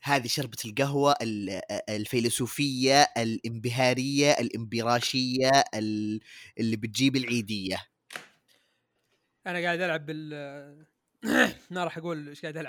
هذه شربة القهوة الفيلسوفية الانبهارية الانبراشية اللي بتجيب العيدية. انا قاعد العب بال ما راح اقول ايش قاعد العب.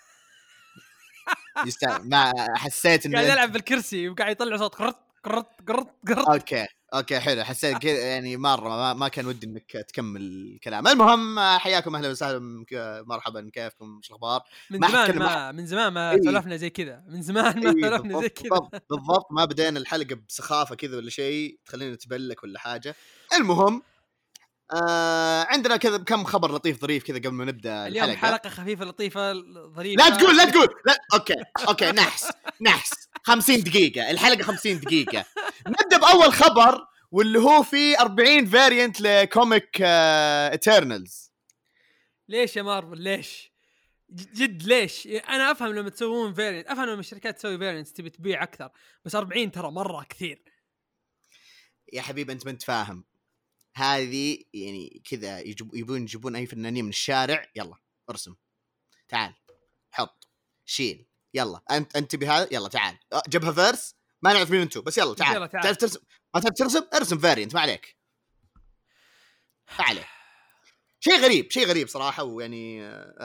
ما حسيت انه قاعد انت العب بالكرسي وقاعد يطلع صوت قرط. اوكي حلو. حسيت كذا يعني مره ما كان ودي انك تكمل الكلام. المهم حياكم اهلا وسهلا مرحبا كيفكم ايش الاخبار؟ ما حتكلم من زمان ما اي سولفنا زي كذا، من زمان ما اي سولفنا زي بالضبط كذا. بالضبط ما بدينا الحلقه بسخافه كذا ولا شيء تخلينا نتبلك ولا حاجه. المهم عندنا كذا كم خبر لطيف ظريف كذا قبل ما نبدا اليوم الحلقه. حلقة خفيفة لطيفة ظريفة. لا تقول لا. اوكي نحس 50 دقيقه الحلقه 50 دقيقه. نبدا باول خبر واللي هو في 40 فاريانت لكوميك ايترنالز. ليش يا مارفل ليش؟ جد ليش؟ انا افهم لما تسوون فيرينت، افهم لما الشركات تسوي فيرينت تبي تبيع اكثر، بس 40 ترى مرة كثير يا حبيبي انت ما انت فاهم. هذه يعني كذا يجيبون اي فنانين من الشارع. يلا ارسم تعال حط شيل يلا انت بهذا يلا تعال جبهه فيرس ما نعرف مين انتم بس يلا تعال. تعرف ترسم ما تعرف ترسم ارسم فاريانت ما عليك ما عليك. شيء غريب صراحه. ويعني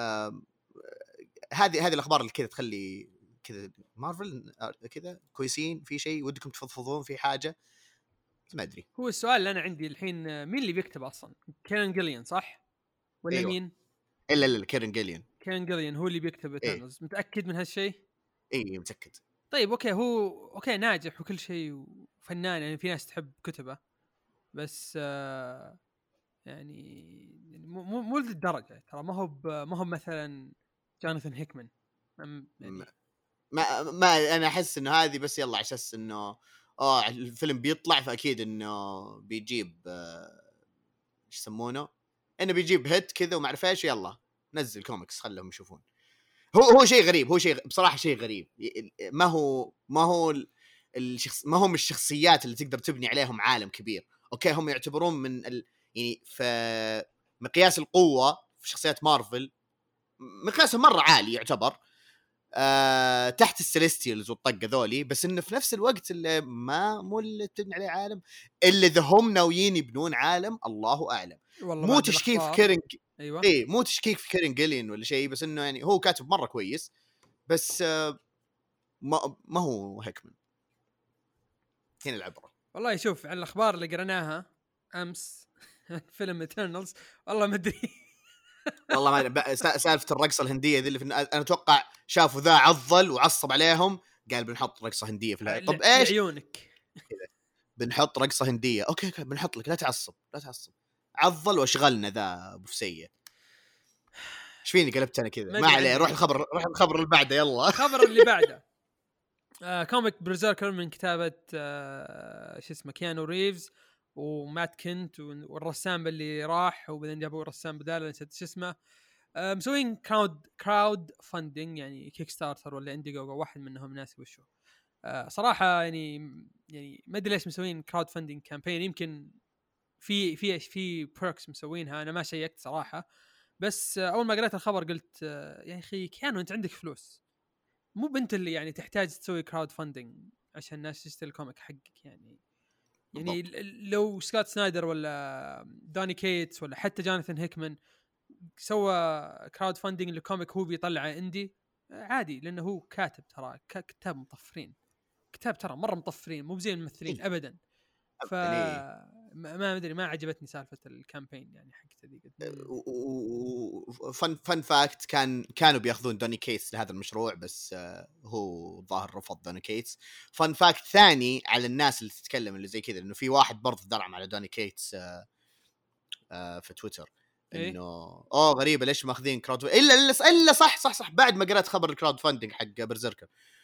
هذه الاخبار اللي كذا تخلي كذا مارفل كذا كويسين في شيء ودكم تفضفضون في حاجه ما ادري. هو السؤال اللي انا عندي الحين، مين اللي بيكتب اصلا؟ كيرن جيليان صح ولا أيوة. مين؟ الا كيرن جيليان. كيرن جيليان هو اللي بيكتب ايترنالز. متاكد من هالشيء؟ اي متاكد. طيب اوكي، هو اوكي ناجح وكل شيء وفنان، يعني في ناس تحب كتبه، بس يعني مو للدرجه ترى، ما هو مثلا جوناثان هيكمان يعني. ما انا احس انه هذه بس يلا على اساس انه الفيلم بيطلع فاكيد انه بيجيب ايش يسمونه انه بيجيب هيت كذا وما اعرف ايش. يلا نزل كوميكس خلهم يشوفون. هو شيء غريب. هو شيء بصراحه شيء غريب. ما هو الشخص ما هم الشخصيات اللي تقدر تبني عليهم عالم كبير. اوكي هم يعتبرون من يعني في مقياس القوه في شخصيات مارفل مقياسهم مره عالي يعتبر تحت السيليستيالز والطقه ذولي. بس انه في نفس الوقت اللي مو اللي تبني عليه عالم اللي ذا هم ناويين يبنون عالم الله اعلم. مو تشكيك في كيرن. ايوه ايه مو تشكيك في كيرن جيلين ولا شيء بس انه يعني هو كاتب مره كويس بس ما هو هيكمان. هنا العبره. والله. شوف على الاخبار اللي قرناها امس فيلم ايترنالز والله ما ادري. والله ما سالفه الرقصه الهنديه ذي اللي انا اتوقع شافوا ذا عضل وعصب عليهم قال بنحط رقصه هنديه في الهواء. طب ايش لعيونك بنحط رقصه هنديه اوكي بنحط لك لا تعصب عضل واشغلنا ذا ابو فسيه. ايش فيني قلبت انا كذا ما عليه. روح الخبر اللي بعده يلا. الخبر اللي بعده كوميك برزيركر من كتابة شو اسمه كيانو ريفز ومات كنت والرسام اللي راح وبعدين جابوا الرسام بداله نسيت شو اسمه. مسوين كراود فاندنج يعني كيك ستارتر ولا انديجو واحد منهم ناسي وشو. صراحة يعني ما ادري ليش مسوين كراود فاندنج كامبين. يمكن في بيركس مسوينها انا ما شيكت صراحة. بس اول ما قريت الخبر قلت يا اخي كيانو انت عندك فلوس، مو بنت اللي يعني تحتاج تسوي كراود فاندنج عشان الناس تشتري الكوميك حقك يعني لو سكوت سنايدر ولا دوني كيتس ولا حتى جوناثان هيكمان سوى كراود فاندنج للكوميك هو بيطلعه اندي عادي، لانه هو كاتب ترى كتاب مطفرين، كتاب ترى مره مطفرين مو زي الممثلين ابدا. ف ما ادري ما عجبتني سالفه الكامبين يعني حقته ذي. فن فاكت كانوا بياخذون دوني كيتس لهذا المشروع بس هو ظاهر رفض دوني كيتس. فن فاكت ثاني على الناس اللي تتكلم اللي زي كذا انه في واحد برضه درعم على دوني كيتس في تويتر انه غريبه ليش ماخذين كراود الا صح بعد ما قرأت خبر الكراود فاندنج حق برزيركر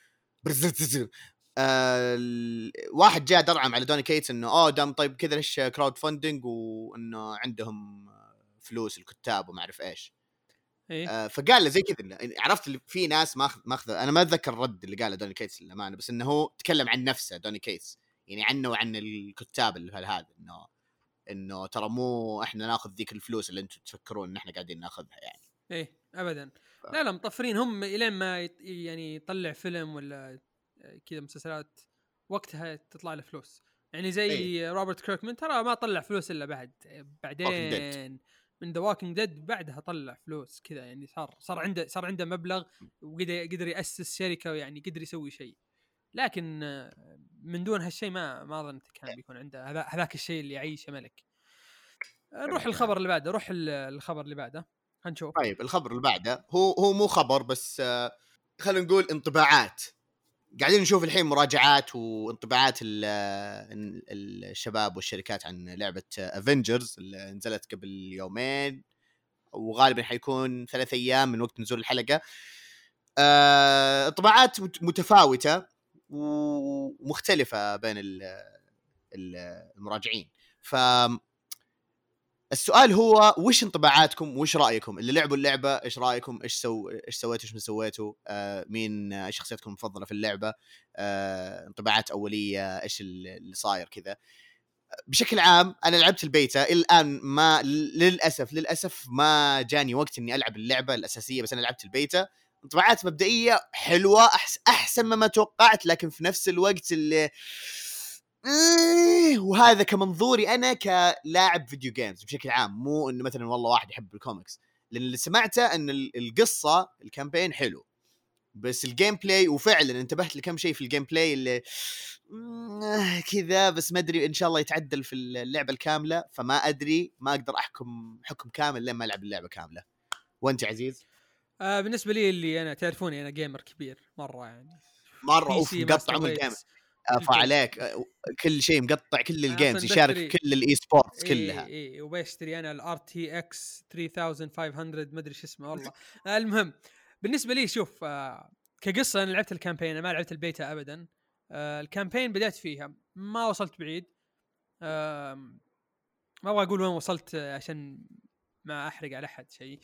واحد جاء درعم على دوني كيتس انه دام طيب كذا ليش كراود فاندنج وانه عندهم فلوس الكتاب وما اعرف ايش. فقال له زي كذا عرفت اللي في ناس ماخذ انا ما اتذكر الرد اللي قاله دوني كيتس للامانه بس انه هو تكلم عن نفسه دوني كيتس يعني عنه وعن الكتاب اللي هذا انه ترى مو احنا ناخذ ذيك الفلوس اللي انتم تفكرون ان احنا قاعدين ناخذها يعني. ابدا. لا لا مطفرين هم الين ما يعني يطلع فيلم ولا كذا مسلسلات وقتها تطلع له فلوس. يعني اي زي روبرت كيركمان ترى ما طلع فلوس الا Walking Dead. بعدين من ذا واكينج ديد بعدها طلع فلوس كذا، يعني صار عنده مبلغ وقدر يأسس شركة، ويعني قدر يسوي شيء. لكن من دون هالشيء ما اظن كان بيكون عنده هذاك الشيء اللي يعيشه ملك. نروح حلو الخبر الكلام. اللي بعده، روح الخبر اللي بعده هنشوف. طيب الخبر اللي بعده هو مو خبر بس، خلينا نقول انطباعات. قاعدين نشوف الحين مراجعات وانطباعات الشباب والشركات عن لعبة افنجرز اللي نزلت قبل يومين، وغالبا حيكون 3 أيام من وقت نزول الحلقة. انطباعات متفاوتة ومختلفة بين المراجعين. السؤال هو وش انطباعاتكم، وش رايكم اللي لعبوا اللعبه؟ ايش رايكم؟ ايش سويتوا؟ ايش ما سويتوا؟ مين شخصيتكم المفضله في اللعبه؟ انطباعات اوليه، ايش اللي صاير كذا بشكل عام. انا لعبت البيتا الان، ما للاسف ما جاني وقت اني العب اللعبه الاساسيه، بس انا لعبت البيتا. انطباعات مبدئيه حلوه، احسن مما توقعت، لكن في نفس الوقت اللي وهذا كمنظوري انا كلاعب فيديو جيمز بشكل عام، مو انه مثلا والله واحد يحب الكوميكس. لان اللي سمعته ان القصه الكامبين حلو، بس الجيم بلاي، وفعلا انتبهت لكم شيء في الجيم بلاي اللي كذا، بس ما ادري ان شاء الله يتعدل في اللعبه الكامله. فما ادري، ما اقدر احكم حكم كامل لين ما العب اللعبه كامله. وانت عزيز؟ بالنسبه لي اللي انا تعرفوني انا جيمر كبير مره، يعني مره بي اوف، سي مقطع ماستر ام الجيم. ريتس كل شيء. فعليك كل شيء مقطع، كل انا الجيمز اصلا يشارك، بشتري كل الاي سبورتس كلها. اي وبشتري انا الار تي اكس 3500 ما ادري شو اسمه والله. المهم بالنسبه لي شوف، كقصه انا لعبت الكامبين، أنا ما لعبت البيتا ابدا. الكامبين بدأت فيها ما وصلت بعيد. ما ابغى اقول وين وصلت عشان ما احرق على احد شيء.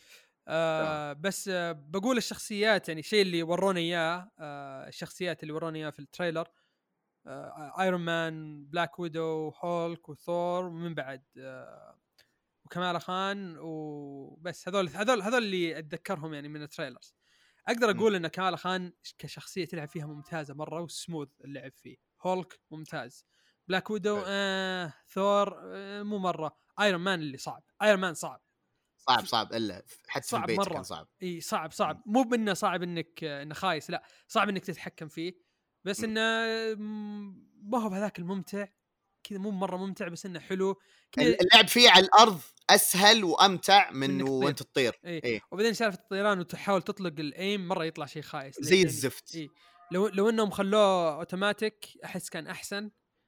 بس بقول الشخصيات، يعني الشيء اللي ورونا اياه، الشخصيات اللي ورونا اياه في التريلر، ايرون مان، بلاك ويدو، هولك، وثور، ومن بعد وكمال خان، وبس. هذول اللي اتذكرهم يعني من التريلرز. اقدر اقول ان كمال خان كشخصيه تلعب فيها ممتازه مره، وسموث اللعب فيه. هولك ممتاز. بلاك ويدو ثور مو مره. ايرون مان اللي صعب، ايرون مان صعب الا حتى في صعب البيت كان مره. صعب. اي صعب مو بانه صعب انه خايس، لا صعب انك تتحكم فيه، بس انه ما هو بهذاك الممتع كذا، مو مره ممتع، بس انه حلو كذا. اللعب فيه على الارض اسهل وامتع من منك تطير، وانت تطير. اي وبعدين سالفه الطيران وتحاول تطلق الايم مره يطلع شيء خايس زي يعني. الزفت. اي لو انهم خلوه اوتوماتيك احس كان احسن.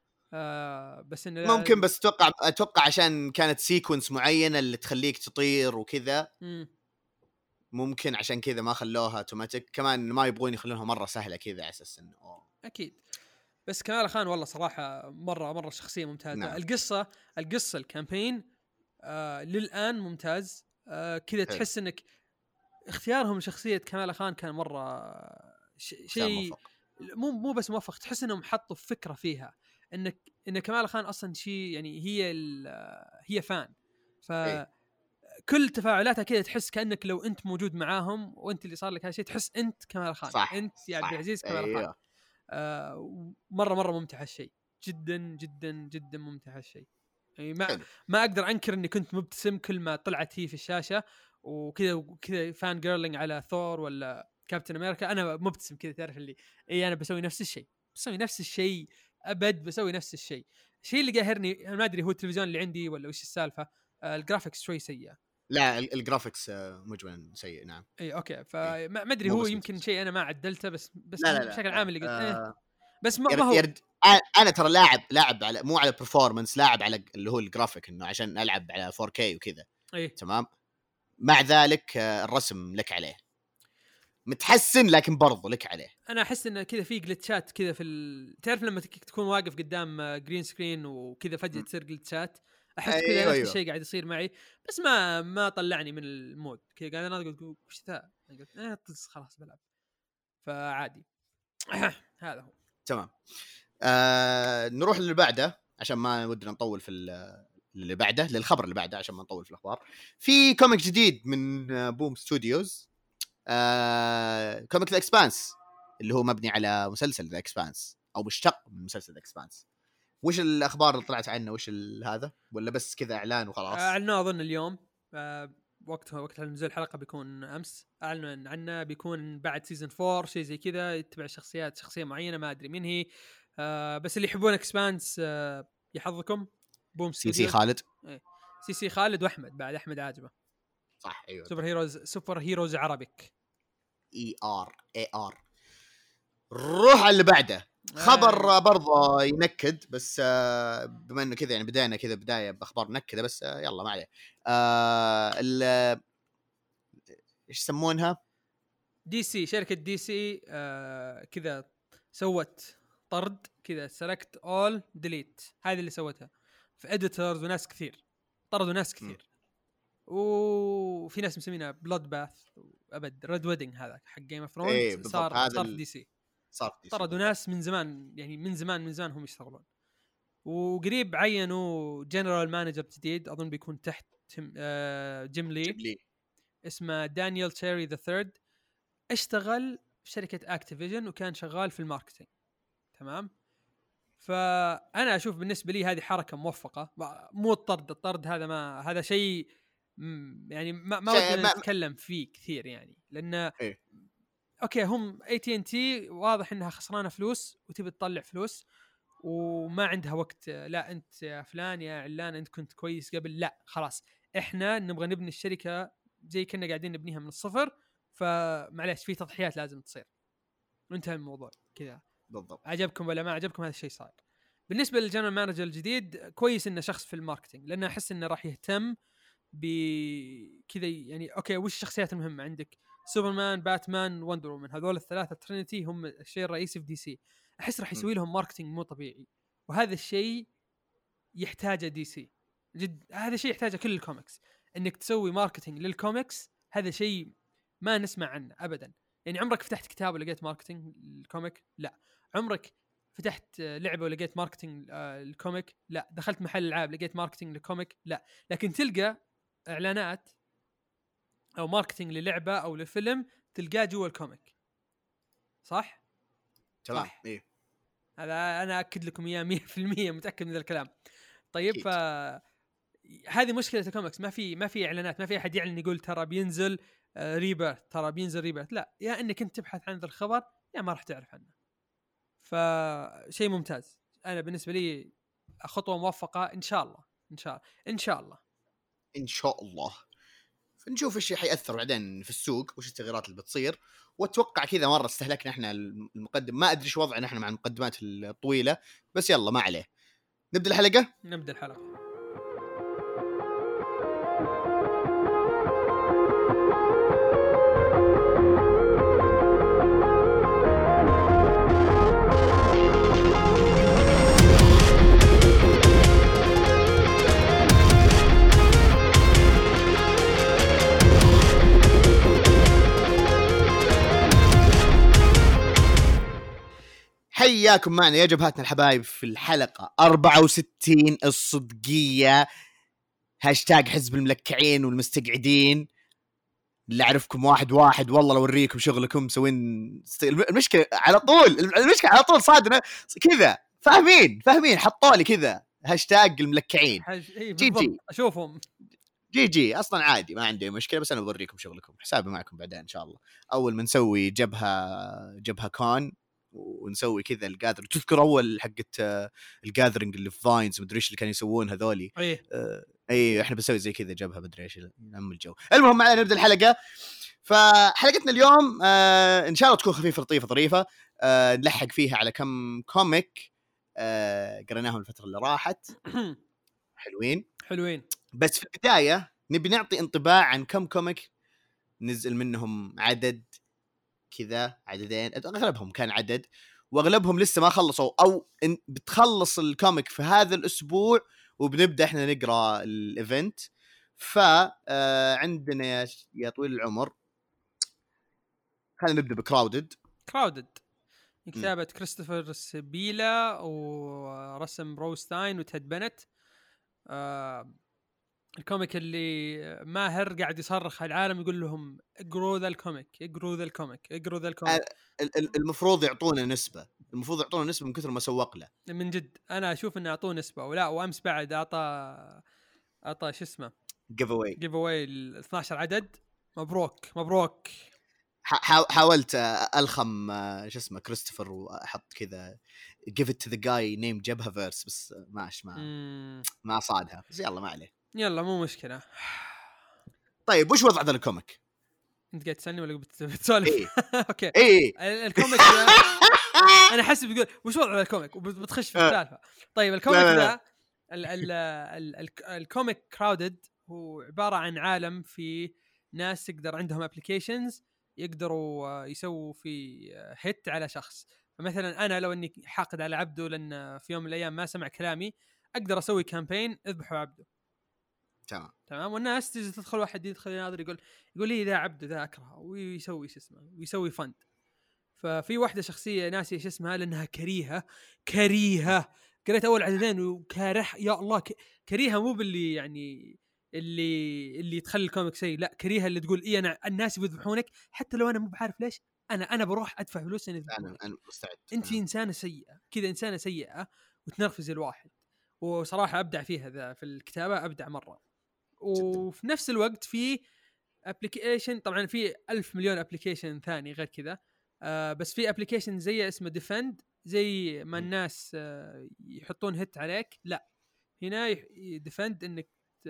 بس انه ممكن، بس اتوقع عشان كانت سيكونس معينه اللي تخليك تطير وكذا، ممكن عشان كذا ما خلوها اوتوماتيك. كمان ما يبغون يخلونها مره سهله كذا على اساس انه اكيد. بس كمال خان والله صراحه مره شخصيه ممتازه. نعم. القصه الكامبين للان ممتاز. كذا تحس انك اختيارهم شخصيه كمال خان كان مره شيء مو بس موفق، تحس انهم حطوا فكره فيها ان كمال خان اصلا شيء، يعني هي فان، فكل تفاعلاتها كذا تحس كانك لو انت موجود معاهم وانت اللي صار لك هذا الشيء، تحس انت كمال خان، صح. انت يا عبد العزيز كمال خان. مره ممتع هالشيء، جدا ممتع هالشيء. يعني ما اقدر انكر اني كنت مبتسم كل ما طلعت هي في الشاشه وكذا فان جيرلينج على ثور ولا كابتن امريكا، انا مبتسم كذا، تعرف اللي انا بسوي نفس الشيء ابد، بسوي نفس الشيء. الشيء اللي قاهرني انا ما ادري هو التلفزيون اللي عندي ولا وش السالفه، الجرافيكس شوي سيء. لا الجرافيكس مجملا سيء. نعم. اي اوكي، فما ادري هو يمكن شيء انا ما عدلته، بس لا بشكل عام اللي قلت بس ما هو انا ترى لاعب على مو على برفورمانس، لاعب على اللي هو الجرافيك، انه عشان العب على 4K وكذا. تمام. مع ذلك الرسم لك عليه متحسن، لكن برضو لك عليه. انا احس انه كذا في جلتشات كذا تعرف لما تكون واقف قدام جرين سكرين وكذا فجأة تصير جلتشات، احس كذا نفس الشيء قاعد يصير معي، بس ما طلعني من المود كذا. قاعد انا اقول وش ذا، قلت خلاص بلعب، فعادي. هذا هو. تمام. نروح للي بعده عشان ما ودنا نطول في اللي بعده، للخبر اللي بعده عشان ما نطول في الاخبار. في كوميك جديد من بوم ستوديوز كوميك ذا اكسبانس اللي هو مبني على مسلسل ذا اكسبانس او مشتق من مسلسل ذا اكسبانس. وش الاخبار اللي طلعت عنه؟ وش هذا؟ ولا بس كذا اعلان وخلاص؟ اعلنوا اظن اليوم، وقت نزول الحلقه بيكون امس. اعلنوا عنه بيكون بعد سيزون 4 شيء زي كذا، يتبع شخصيه معينه ما ادري من هي. بس اللي يحبون اكسبانس يحظكم. بوم سي خالد. سي خالد واحمد، بعد احمد عاجبه صح ايوه. سوبر هيروز عربيك ER. روح على اللي بعده. خبر برضه ينكد، بس بما انه كذا يعني بدانا كذا بدايه باخبار منكده، بس يلا ما عليه. ايش يسمونها؟ دي سي، شركه دي سي كذا سوت طرد كذا، سلكت اول ديليت، هذه اللي سوتها في اديتورز وناس كثير، طردوا ناس كثير. وفي ناس مسمينها بلود باث ابد ريد ويدنج، هذا حق جيم اوف ثرونز صار في دي سي. طردوا ناس من زمان، يعني من زمان هم يشتغلون. وقريب عينوا جنرال مانجر جديد، اظن بيكون تحت جيم لي. اسمه دانيال تيري ذا ثيرد. اشتغل في شركه اكتيفيجن وكان شغال في الماركتينج. تمام. فانا اشوف بالنسبه لي هذه حركه موفقه، مو الطرد هذا، ما هذا شيء يعني ما ودنا نتكلم فيه كثير يعني، لأن اوكي هم AT&T واضح انها خسرانه فلوس وتبي تطلع فلوس وما عندها وقت. لا انت يا فلان يا علان انت كنت كويس قبل، لا خلاص احنا نبغى نبني الشركه زي كنا قاعدين نبنيها من الصفر، فمعليش في تضحيات لازم تصير، وانتهى الموضوع كذا. بالضبط. عجبكم ولا ما عجبكم هذا الشيء صار. بالنسبه للجنرال مانجر الجديد كويس انه شخص في الماركتينج، لانه احس انه راح يهتم بكذا يعني. اوكي وش الشخصيات المهمه عندك؟ سوبرمان، باتمان، وندر وومن، هذول الثلاثه ترينيتي هم الشيء الرئيسي في دي سي. احس راح يسوي لهم ماركتينج مو طبيعي، وهذا الشيء يحتاجه دي سي جد. هذا الشيء يحتاجه كل الكوميكس، انك تسوي ماركتينج للكوميكس. هذا شيء ما نسمع عنه ابدا. يعني عمرك فتحت كتاب ولقيت ماركتينج الكوميك؟ لا. عمرك فتحت لعبه ولقيت ماركتينج الكوميك؟ لا. دخلت محل العاب لقيت ماركتينج للكوميك؟ لا. لكن تلقى اعلانات او ماركتينج للعبه او لفيلم تلقاه جوا الكوميك، صح؟ تمام. ايه هذا انا اكد لكم اياه 100% متاكد من ذا الكلام. طيب هذه مشكله الكوميكس، ما في اعلانات، ما في احد يعلن يقول ترى بينزل ريبيرث، ترى بينزل ريبيرث. لا، يا انك انت تبحث عن ذا الخبر يا ما راح تعرف عنه. فشيء ممتاز. انا بالنسبه لي خطوه موفقه، ان شاء الله ان شاء الله. فنشوف ايش حيأثر بعدين في السوق، وش التغييرات اللي بتصير. واتوقع كذا مره استهلكنا احنا المقدم، ما ادري ايش وضعنا احنا مع المقدمات الطويله، بس يلا ما عليه. نبدا الحلقه. حياكم معنا يا جبهاتنا الحبايب في الحلقة 64 الصدقية. هاشتاج حزب الملكعين والمستقعدين. اللي أعرفكم واحد والله لو أوريكم شغلكم مسوين المشكلة على طول صادنا كذا. فاهمين حطوا لي كذا هاشتاج الملكعين. جي أشوفهم جي أصلا عادي ما عندي مشكلة، بس أنا بوريكم شغلكم. حسابي معكم بعدين إن شاء الله. أول ما نسوي جبهة كون ونسوي كذا الجاذرينج. تذكر اول حقه الجاذرينج اللي في فاينز مدري ايش اللي كانوا يسوون هذولي؟ اي احنا بنسوي زي كذا جبهه مدري ايش نعمل الجو. المهم معنا نبدا الحلقه. فحلقتنا اليوم ان شاء الله تكون خفيفه لطيفه ظريفه. نلحق فيها على كم كوميك قريناهم الفتره اللي راحت. حلوين بس في البدايه نبي نعطي انطباع عن كم كوميك نزل منهم عدد كذا، عددين اغلبهم كان عدد، واغلبهم لسه ما خلصوا او بتخلص الكوميك في هذا الاسبوع وبنبدا احنا نقرا الايفنت. عندنا يا طويل العمر خلينا نبدا بكراودد. كتابة كريستوفر سبيلا ورسم روستاين وتيد بنت. الكوميك اللي ماهر قاعد يصرخ على العالم يقول لهم اقروا ذا الكوميك، اقروا ذا الكوميك، اقروا ذا الكوميك. المفروض يعطونا نسبه، المفروض يعطونا نسبه من كثر ما سوق له. من جد انا اشوف انه اعطوه نسبه. ولا وامس بعد اعطى شو اسمه جيف اواي 12 عدد. مبروك. حاولت الخم شو اسمه كريستوفر واحط كذا give it to the guy named جبهه فيرس، بس ما صادها، بس يلا ما عليه. يلا مو مشكله. طيب وش وضع ذا الكوميك؟ انت قاعد تسالني ولا بتسولف؟ إيه. اوكي ايه الكوميك انا حاسس بتقول وش وضع الكوميك وبتخش في السالفه. طيب الكوميك ذا الكوميك كراودد هو عباره عن عالم في ناس يقدر عندهم ابلكيشنز يقدروا يسووا في هيت على شخص. فمثلا انا لو اني حاقد على عبده لان في يوم من الايام ما سمع كلامي، اقدر اسوي كامبين اذبحوا عبده. تمام. والناس تيجي تدخل، واحد يدخل يناظر يقول لي ذا عبده ذا اكرهه، ويسوي شو اسمه ويسوي فند. ففي واحدة شخصية ناسي ايش اسمها لانها كريهة. قريت اول عددين وكارح يا الله. كريهة مو باللي يعني اللي تخلي الكوميك سيء، لا كريهة اللي تقول ايه انا الناس بيذبحونك حتى لو انا مو بعرف ليش، انا بروح ادفع فلوس ان يذبحونك. انا مستعد. انت انسانة سيئة كذا، انسانة سيئة وتنرفز الواحد. وصراحة ابدع فيها ذا في الكتابة، ابدع مرة. وفي نفس الوقت في ابلكيشن، طبعا في 1000 مليون ابلكيشن ثاني غير كذا، بس في ابلكيشن زي اسمه ديفند، زي ما الناس يحطون هيت عليك، لا هنا ديفند انك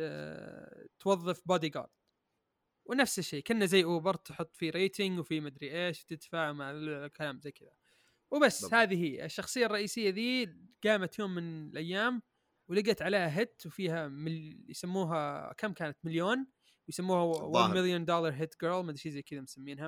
توظف بودي جارد. ونفس الشيء كنا زي اوبر، تحط فيه ريتنج وفي مدري ايش تدفع مع الكلام زي كذا وبس. هذه هي الشخصيه الرئيسيه ذي. قامت يوم من الايام ولقيت عليها هيت وفيها يسموها كم كانت مليون، يسموها 1 مليون دولار هيت جيرل، ما ادري شيء زي كذا مسمينها.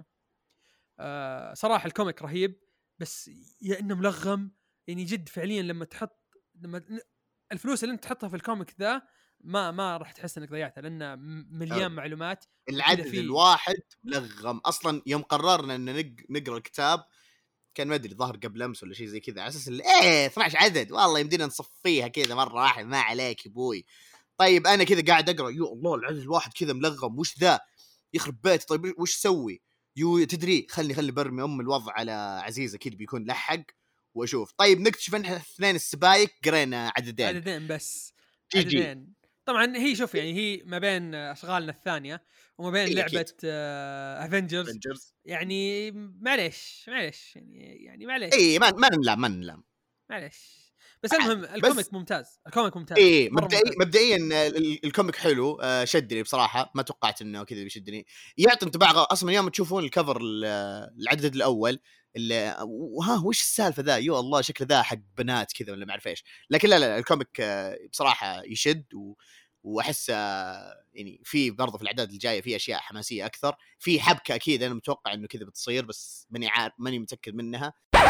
صراحه الكوميك رهيب، بس يا انه ملغم يعني جد فعليا. لما الفلوس اللي انت تحطها في الكوميك ذا ما راح تحس انك ضيعتها، لانه مليان معلومات. العدد الواحد ملغم اصلا. يوم قررنا ان نقرا الكتاب كان ما ادري ظهر قبل امس ولا شيء زي كذا، على اساس 12 عدد والله يمدينا نصفيها كذا مره واحده، ما عليك يا ابوي. طيب انا كذا قاعد اقرا، يا الله العدد الواحد كذا ملغم، وش ذا يخرب بيت. طيب وش سوي؟ تدري خلي برمي الوضع على عزيزه كذا بيكون لحق واشوف. طيب نكتشف ان اثنين السبايك قرينا عددين بس عددين. طبعا هي شوف يعني هي ما بين اشغالنا الثانيه وما بين لعبه افنجرز يعني معليش يعني معليش. اي ما نلام معليش. بس المهم الكوميك ممتاز. ايه مبدئيا الكوميك حلو، شدني بصراحه. ما توقعت انه كذا بيشدني. يعطي انطباع اصلا يوم تشوفون الكفر العدد الاول اللي وش السالفه ذا، يو الله شكله ذا حق بنات كذا ولا ما اعرف ايش. لكن لا الكوميك بصراحه يشد واحس يعني في برضه في الاعداد الجايه في اشياء حماسيه اكثر، في حبكه اكيد انا متوقع انه كذا بتصير، بس ماني متاكد منها.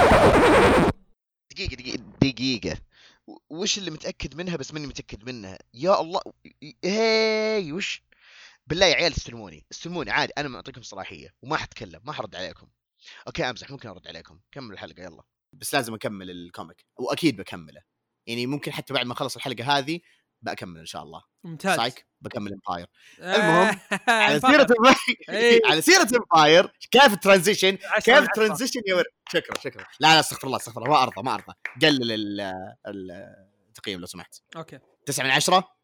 دقيقة وش اللي متأكد منها بس ماني متأكد منها؟ يا الله هاي وش بالله يا عيال استلموني عادي، أنا معطيكم صلاحية وما حتكلم، ما حرد عليكم. أوكي أمزح، ممكن أرد عليكم. كمل الحلقة يلا. بس لازم أكمل الكوميك وأكيد بكمله، يعني ممكن حتى بعد ما أخلص الحلقة هذه بكمل إن شاء الله. ممتاز. سايك بكمل امباير. المهم على سيرة امباير كيف الترانزيشن يا ورد. شكرا. لا استغفر الله ما ارضى قلل التقييم لو سمحت. اوكي 9 من 10.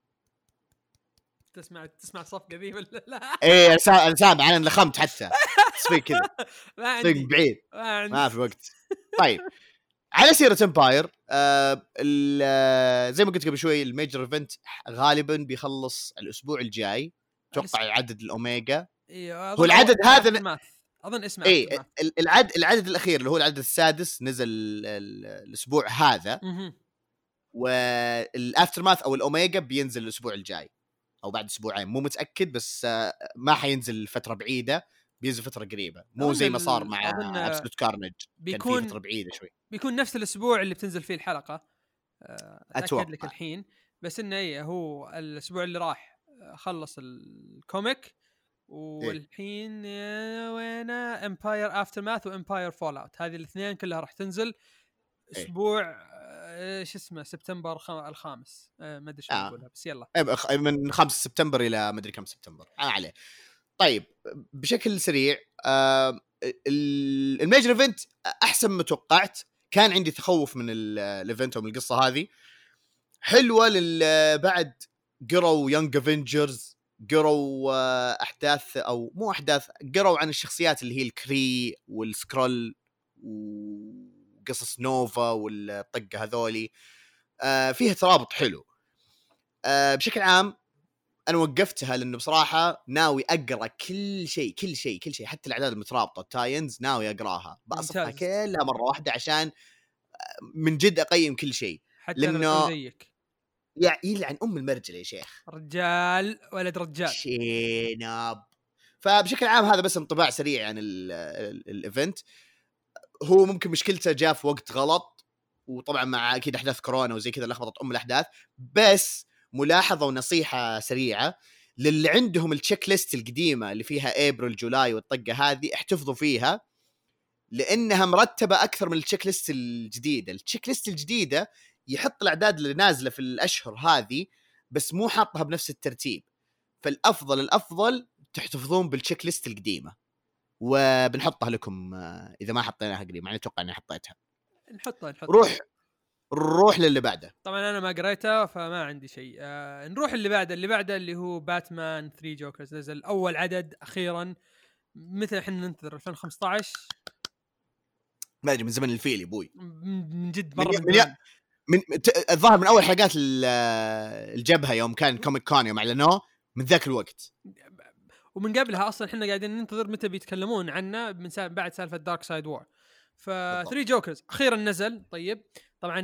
تسمع صفقه ذي ولا لا؟ ايه انا سامع، انا لخمت حتى تصفيق كذا صفيق بعيد ما في وقت. طيب على سيرة امباير زي ما قلت قبل شوي الميجر ايفنت غالبا بيخلص الاسبوع الجاي، اتوقع عدد الاوميجا. هو العدد هذا اظن اسمه ايه العدد الاخير اللي هو العدد السادس نزل الاسبوع هذا، والافتر ماث او الاوميجا بينزل الاسبوع الجاي او بعد اسبوعين، مو متاكد، بس ما حينزل فتره بعيده، بينزل فتره قريبه، مو زي ما صار مع ابسولوت كارنج كان في فتره بعيده شوي. بيكون نفس الاسبوع اللي بتنزل فيه الحلقه، اتاكد لك الحين، بس انه ايه هو الاسبوع اللي راح خلص الكوميك، والحين وين امباير افتر ماث وامباير فول اوت، هذه الاثنين كلها راح تنزل اسبوع شو اسمه سبتمبر الخامس، ما ادري شلون نقولها بس يلا من 5 سبتمبر الى مدري كم سبتمبر عليه. طيب بشكل سريع الميجر ايفنت احسن ما توقعت. كان عندي تخوف من الايفنت ومن القصه هذه. حلوه بعد قروا يونج افنجرز، قروا احداث او مو احداث، قروا عن الشخصيات اللي هي الكري والسكرول وقصص نوفا والطقه هذولي. فيها ترابط حلو. بشكل عام انا وقفتها لانه بصراحه ناوي اقرا كل شيء حتى الاعداد المترابطه التاينز ناوي اقراها بقصفها كلها مره واحده عشان من جد اقيم كل شيء. حتى لانه انا بكون زيك يا يلعن ام المرجله يا شيخ، رجال ولد رجال شيناب. فبشكل عام هذا بس انطباع سريع عن الايفنت. هو ممكن مشكلته جاء في وقت غلط، وطبعا مع اكيد احداث كورونا وزي كذا لخبطت الاحداث. بس ملاحظه ونصيحه سريعه للي عندهم التشيك ليست القديمه اللي فيها ابريل جولاي والطقه هذه، احتفظوا فيها لانها مرتبه اكثر من التشيك ليست الجديده. التشيك ليست الجديده يحط الاعداد اللي نازله في الاشهر هذه بس مو حاطها بنفس الترتيب. فالافضل تحتفظون بالتشيك ليست القديمه، وبنحطها لكم اذا ما حطيناها قديمه. يعني اتوقع اني حطيتها. نحطها روح للي بعده. طبعا انا ما قريتها فما عندي شيء. نروح اللي بعده اللي هو باتمان 3 جوكرز. نزل اول عدد اخيرا. متى احنا ننتظر 2015 ما ادري، من زمن الفيل يا ابوي، من جد مره من زمان. من الظاهر من اول حلقات الجبهه يوم كان كوميك كون يوم اعلنوه، من ذاك الوقت. ومن قبلها اصلا احنا قاعدين ننتظر متى بيتكلمون عنه من بعد سالفه دارك سايد وور. ف 3 جوكرز اخيرا نزل. طيب طبعا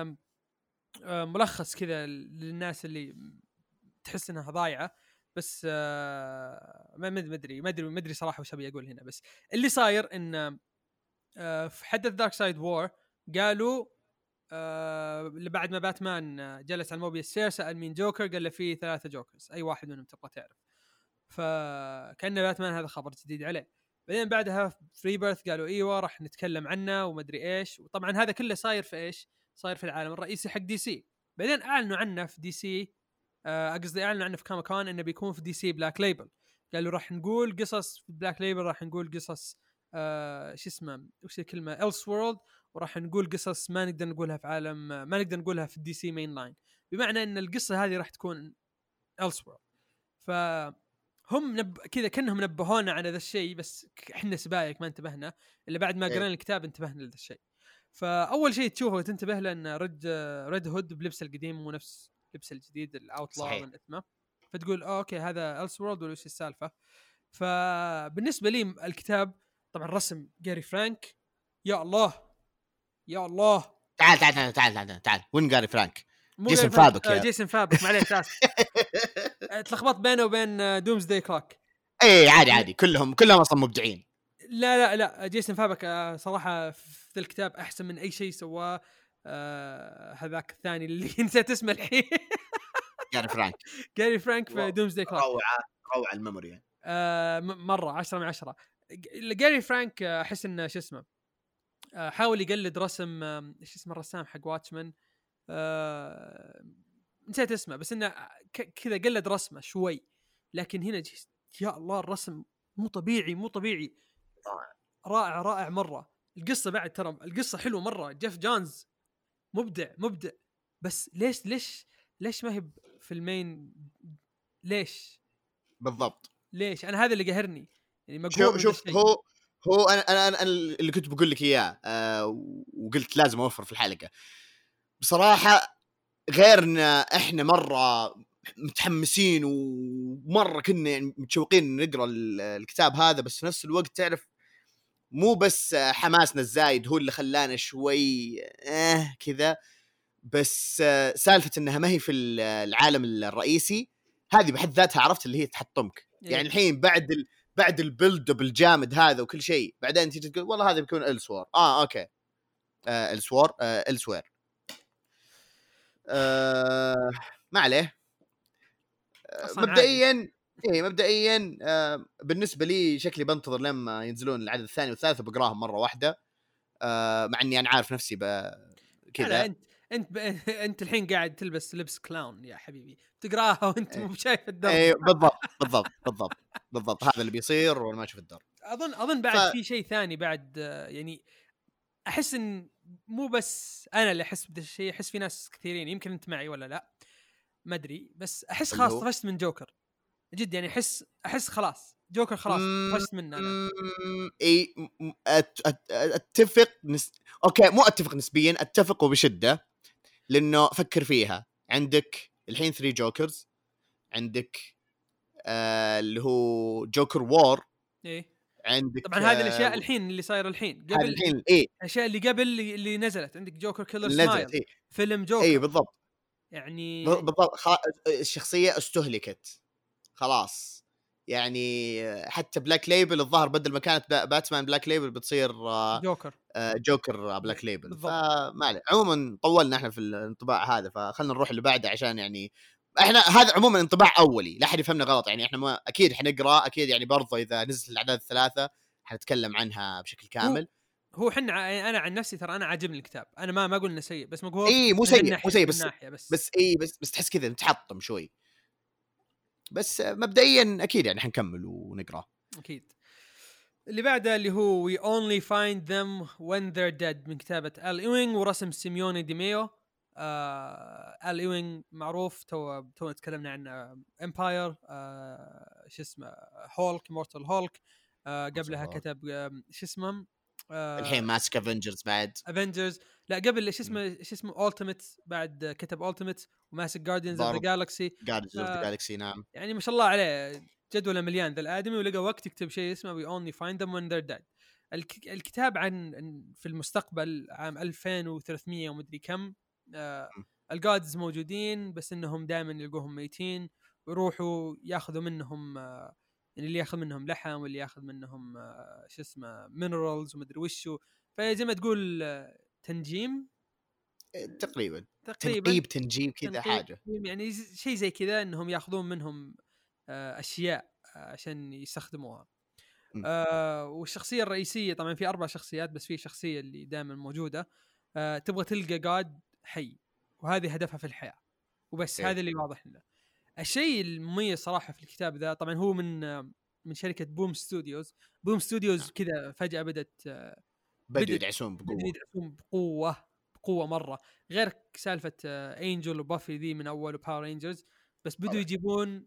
ملخص كذا للناس اللي تحس انها ضايعه، بس ما ادري صراحه وش ابي اقول هنا. بس اللي صاير ان في حدث دارك سايد وور قالوا اللي بعد ما باتمان جلس على الموبيل ستير سأل مين جوكر، قال له فيه 3 جوكرز اي واحد منهم تبغى تعرف. فكأن باتمان هذا خبر جديد عليه. بعدين بعدها فري بيرث قالوا ايوه راح نتكلم عنه ومدري ايش. وطبعا هذا كله صاير في ايش؟ صاير في العالم الرئيسي حق دي سي. بعدين اعلنوا عنه في دي سي، قصدي اعلنوا عنه في كوميكون انه بيكون في دي سي بلاك ليبل. قالوا راح نقول قصص في بلاك ليبل، راح نقول قصص شو اسمه وش الكلمه إلس وورلد، وراح نقول قصص ما نقدر نقولها في عالم، ما نقدر نقولها في الدي سي مين لاين. بمعنى ان القصه هذه راح تكون إلس وورلد. فهم كذا كأنهم نبهونا على ذا الشيء، بس احنا سبايك ما انتبهنا الا بعد ما قرينا الكتاب انتبهنا لذا الشيء. فاول شيء تشوفه وتنتبه له ان ريد هود بلبس القديم مو نفس لبس الجديد الاوتلاو من اسمه. فتقول اوكي هذا إلس وورلد ولا ايش السالفه. فبالنسبه لي الكتاب طبعا رسم جاري فرانك. يا الله يا الله. تعال وين جاري فرانك؟ جيسون فابك يا جيسون فابك معليش اسف. تلخبطت بينه وبين دومز داي كلاك. ايه عادي كلهم اصلا مبدعين. لا جيسون فابك صراحه في الكتاب احسن من اي شيء سواه. هذاك الثاني اللي نسيت اسمه الحين. جاري فرانك في دومز داي كلاك روعه الميموري. مره 10 من 10. جاري فرانك احس انه شو اسمه حاول يقلد رسم ايش اسمه الرسام حق واتشمان، نسيت اسمه، بس انه كذا قلد رسمه شوي. لكن هنا يا الله الرسم مو طبيعي رائع مره. القصه بعد ترى القصه حلوه مره. جيف جونز مبدع. بس ليش ما هي في المين؟ ليش بالضبط؟ ليش انا هذا اللي قهرني يعني مقهور. شوف هو انا اللي كنت بقول لك اياه وقلت لازم اوفر في الحلقه بصراحه. غيرنا احنا مره متحمسين ومره كنا يعني متشوقين نقرا الكتاب هذا، بس في نفس الوقت تعرف مو بس حماسنا الزايد هو اللي خلانا شوي كذا. بس سالفه انها ما هي في العالم الرئيسي هذه بحد ذاتها عرفت اللي هي تحطمك. يعني الحين بعد البيلد اب الجامد هذا وكل شيء بعدين تيجي تقول والله هذا بيكون إلسوار. اوكي إلسوار إلسوير ما عليه. مبدئيا بالنسبه لي شكلي بنتظر لما ينزلون العدد الثاني والثالث بقراهم مره واحده. مع اني انا عارف نفسي كذا. انت الحين قاعد تلبس لبس كلاون يا حبيبي، تقراها وانت إيه. مو شايف الدرب. اي بالضبط هذا اللي بيصير وانا ما اشوف الدور. اظن بعد في شيء ثاني بعد، يعني احس ان مو بس انا اللي احس بهذا الشيء، احس في ناس كثيرين، يمكن انت معي ولا لا ما ادري، بس احس اللي خلاص هو طفشت من جوكر جد، يعني احس خلاص جوكر خلاص طفشت منه انا. اي اتفق اوكي مو اتفق نسبيا، اتفق وبشده، لانه فكر فيها، عندك الحين 3 جوكرز، عندك اللي هو جوكر وور، ايه عندك طبعا هذه الاشياء الحين اللي صايره الحين هذا قبل الحين ايه الاشياء اللي قبل اللي نزلت. عندك جوكر كيلر اللي نزلت سمايل، ايه فيلم اي جوكر بالضبط يعني. بالضبط الشخصيه استهلكت خلاص. يعني حتى بلاك ليبل الظاهر بدل ما كانت باتمان بلاك ليبل بتصير جوكر جوكر بلاك ليبل. بالضبط. فما عليه، عموما طولنا احنا في الانطباع هذا، فخلنا نروح اللي بعده، عشان يعني احنا هذا عموما انطباع اولي، لا احد يفهمنا غلط. يعني احنا ما اكيد حنقرا، اكيد يعني برضه اذا نزلت الاعداد الثلاثه حنتكلم عنها بشكل كامل. هو حنا انا عن نفسي ترى انا عاجبني الكتاب، انا ما اقول انه سيء، بس مقهور اي مو من سيء مو سيء، من بس ناحيه بس اي بس تحس كذا متحطم شوي. بس مبدئيا اكيد يعني حنكمل ونقرا. اكيد. اللي بعده اللي هو We Only Find Them When They're Dead من كتابة آل إيوينغ ورسم سيميوني ديميو. آل إيوينغ معروف، تو تكلمنا عن امباير، شو اسمه هولك، مورتال هولك. قبلها كتب شو اسمهم الحين ماسك افنجرز بعد افنجرز، لا قبل شو اسمه التيميت، بعد كتب التيميت وماسك جارديانز اوف ذا جالكسي. جارديانز اوف ذا جالكسي نعم. يعني ما شاء الله عليه، جدوله مليان ذا الادمي، ولقى وقت يكتب شيء اسمه We Only Find Them When They're Dead. الكتاب عن في المستقبل عام 2300 ومدري كم. الجادز موجودين بس انهم دائما يلقوهم ميتين، ويروحوا ياخذوا منهم يعني اللي ياخذ منهم لحم، واللي ياخذ منهم شو اسمه مينرالز ومدري وشو. فزي ما تقول تنجيم تقريبا تقريبا تنجيم كذا حاجه، يعني شيء زي كذا، انهم ياخذون منهم اشياء عشان يستخدموها. والشخصيه الرئيسيه طبعا في 4 شخصيات، بس في شخصيه اللي دائما موجوده تبغى تلقى جاد حي، وهذه هدفها في الحياه وبس. هذا اللي واضح لنا. الشيء المميز صراحه في الكتاب ذا، طبعا هو من شركه بوم ستوديوز. بوم ستوديوز كذا فجاه بدوا يدعسون بقوه مره، غير سالفه انجل وبافي ذي من اول وباور رينجرز، بس بدوا يجيبون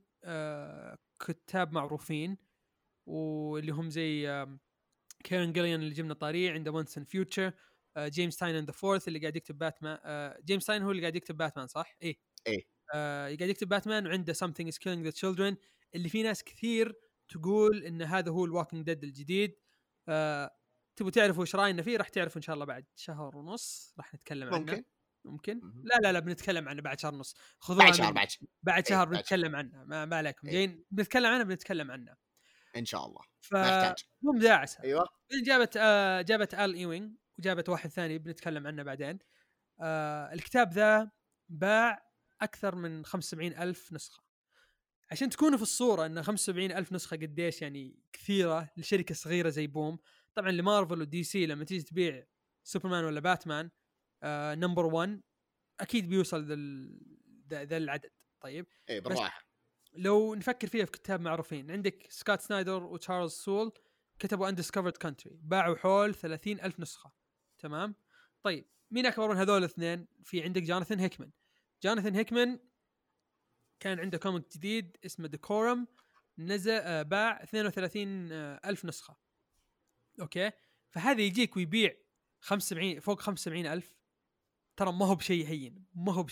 كتاب معروفين، واللي هم زي كيرن جيليان اللي جبنا طاريه عنده وانس ان فيوتشر، جيمس تاين اند ذا فورث اللي قاعد يكتب باتمان. جيمس تاين هو اللي قاعد يكتب باتمان صح؟ ايه قاعد يكتب باتمان، وعنده something is killing the children اللي في ناس كثير تقول ان هذا هو الواكينج ديد الجديد. تبغوا تعرفوا ايش راينا فيه؟ راح تعرفوا ان شاء الله بعد شهر ونص راح نتكلم عنه. ممكن لا بنتكلم عنه بعد شهر ونص، خذوها بعد شهر بنتكلم عنه، ما عليكم جايين بنتكلم عنه، بنتكلم عنه ان شاء الله. ما يحتاج مو مداعسه. ايوه جابت آل إيوينغ، وجابت واحد ثاني بنتكلم عنه بعدين. الكتاب ذا باع اكثر من 75,000 نسخه. عشان تكونوا في الصوره ان 75,000 نسخه قديش يعني كثيره لشركه صغيره زي بوم. طبعا لمارفل ودي سي لما تيجي تبيع سوبرمان ولا باتمان نمبر 1 اكيد بيوصل ذا العدد. طيب ايه بالراحه. لو نفكر فيها في كتاب معروفين، عندك سكوت سنايدر وتشارلز سول كتبوا Undiscovered Country، باعوا حول 30,000 نسخه. تمام. طيب مين اكبر من هذول الاثنين؟ في عندك جوناثان هيكمان كان عنده كوميك جديد اسمه ديكورم، نزل باع 32,000 نسخة. أوكي، فهذا يجيك ويبيع 75 فوق 75,000. ترى ما هو بشيء هين،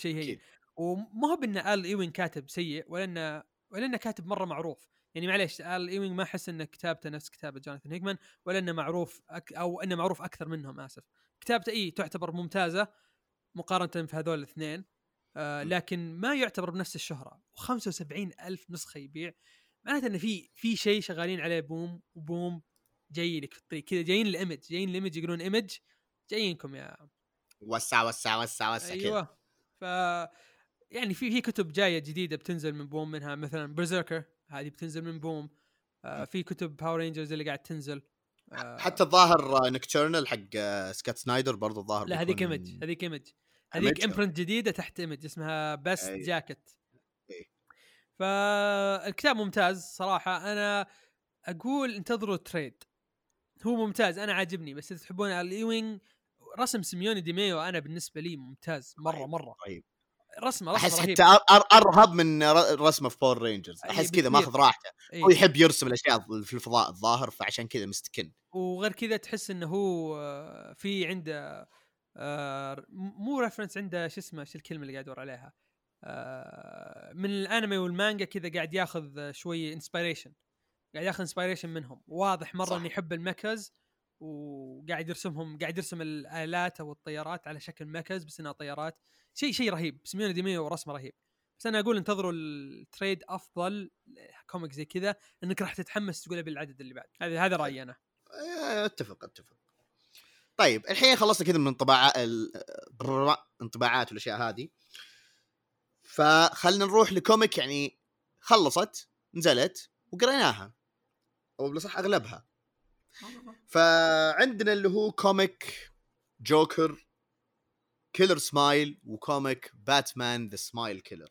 وما هو بأن آل إيوينغ كاتب سيء، ولا إنه كاتب مرة معروف. يعني معليش آل إيوينغ ما أحس إن كتابته نفس كتابة جوناثان هيكمان، ولا إنه معروف أو إنه معروف أكثر منهم. آسف، كتابته تعتبر ممتازة مقارنة في هذول الاثنين. لكن ما يعتبر بنفس الشهرة، و75,000 نسخة يبيع، معناته أن في شيء شغالين عليه بوم جاي لك في الطريق كذا، جايين الإيمج يقولون إيمج جايينكم يا وسع أيوة كده. ف يعني في كتب جاية جديدة بتنزل من بوم، منها مثلا برزيركر هذه بتنزل من بوم. في كتب باور رينجرز اللي قاعد تنزل. حتى الظاهر نكترنال حق سكوت سنايدر برضو الظاهر لا هذيك إيمج هذيك امبرنت جديده تحت ايمج اسمها بست جاكيت. فالكتاب ممتاز صراحه. انا اقول انتظروا التريد، هو ممتاز انا عاجبني. بس اذا تحبون الايوينج رسم سيميوني ديميو انا بالنسبه لي ممتاز مره. طيب رسمه احس رهيب. حتى ارهب من رسمه في باور رينجرز. احس كذا ماخذ راحته. هو يحب يرسم الاشياء في الفضاء الظاهر، فعشان كذا مستكن. وغير كذا تحس انه هو في عنده مو ريفرنس، عنده شو اسمه، شو الكلمه اللي قاعد ادور عليها، من الانمي والمانجا كذا، قاعد ياخذ شوي انسبيريشن، قاعد ياخذ انسبيريشن منهم. واضح مره انه يحب المكز، وقاعد يرسمهم، قاعد يرسم الآلات او الطيارات على شكل مكز بس انها طيارات. شيء رهيب. سيميوني ديميو ورسمه رهيب. بس انا اقول انتظروا التريد افضل كوميك زي كذا، انك راح تتحمس تقولها بالعدد اللي بعد. هذا رايي انا. اتفق. طيب الحين خلصنا كذا من انطباعات والاشياء هذه، فخلنا نروح لكوميك يعني خلصت نزلت وقريناها، او بصح اغلبها. فعندنا اللي هو كوميك جوكر كيلر سمايل، وكوميك باتمان ذا سمايل كيلر.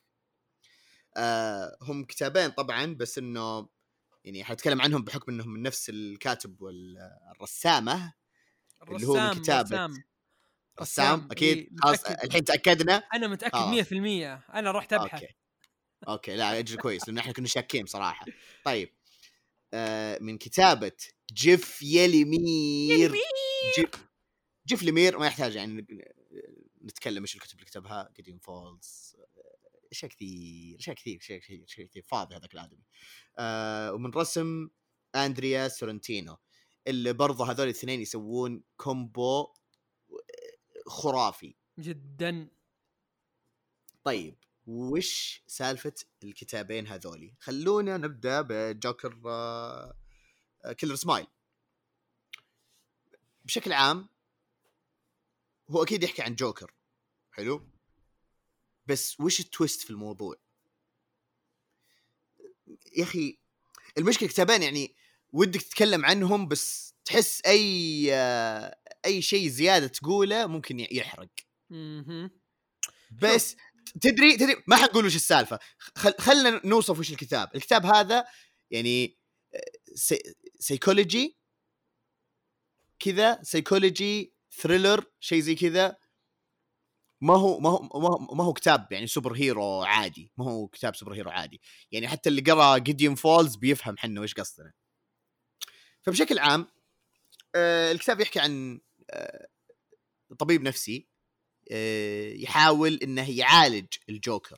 هم كتابين طبعا، بس انه يعني حنتكلم عنهم بحكم انهم من نفس الكاتب والرسامه اللي هو من كتابه رسام. اكيد إيه خلاص الحين تاكدنا. انا متاكد 100%. انا رحت ابحث. اوكي لا اجل كويس، لان احنا كنا شاكين صراحه. طيب من كتابه جيف يليمير. جيف ليمير ما يحتاج يعني نتكلم ايش الكتب اللي كتبها. قديم فولز، اشياء كثير فاضي هذاك الادمي. ومن رسم اندريا سورنتينو، اللي برضه هذول الاثنين يسوون كومبو خرافي جدا. طيب وش سالفة الكتابين هذولي؟ خلونا نبدأ بجوكر كيلر سمايل. بشكل عام هو أكيد يحكي عن جوكر، حلو، بس وش التويست في الموضوع يا أخي؟ المشكلة كتابين يعني ودك تتكلم عنهم، بس تحس أي شيء زيادة تقوله ممكن يحرق. بس تدري ما حنقول وش السالفة. خلنا نوصف وش الكتاب هذا. يعني سيكولوجي كذا، سيكولوجي ثريلر، شيء زي كذا. ما هو كتاب يعني سوبر هيرو عادي. ما هو كتاب سوبر هيرو عادي يعني. حتى اللي قرأ قديم فولز بيفهم حنا وش قصدنا. فبشكل عام الكتاب يحكي عن طبيب نفسي يحاول انه يعالج الجوكر،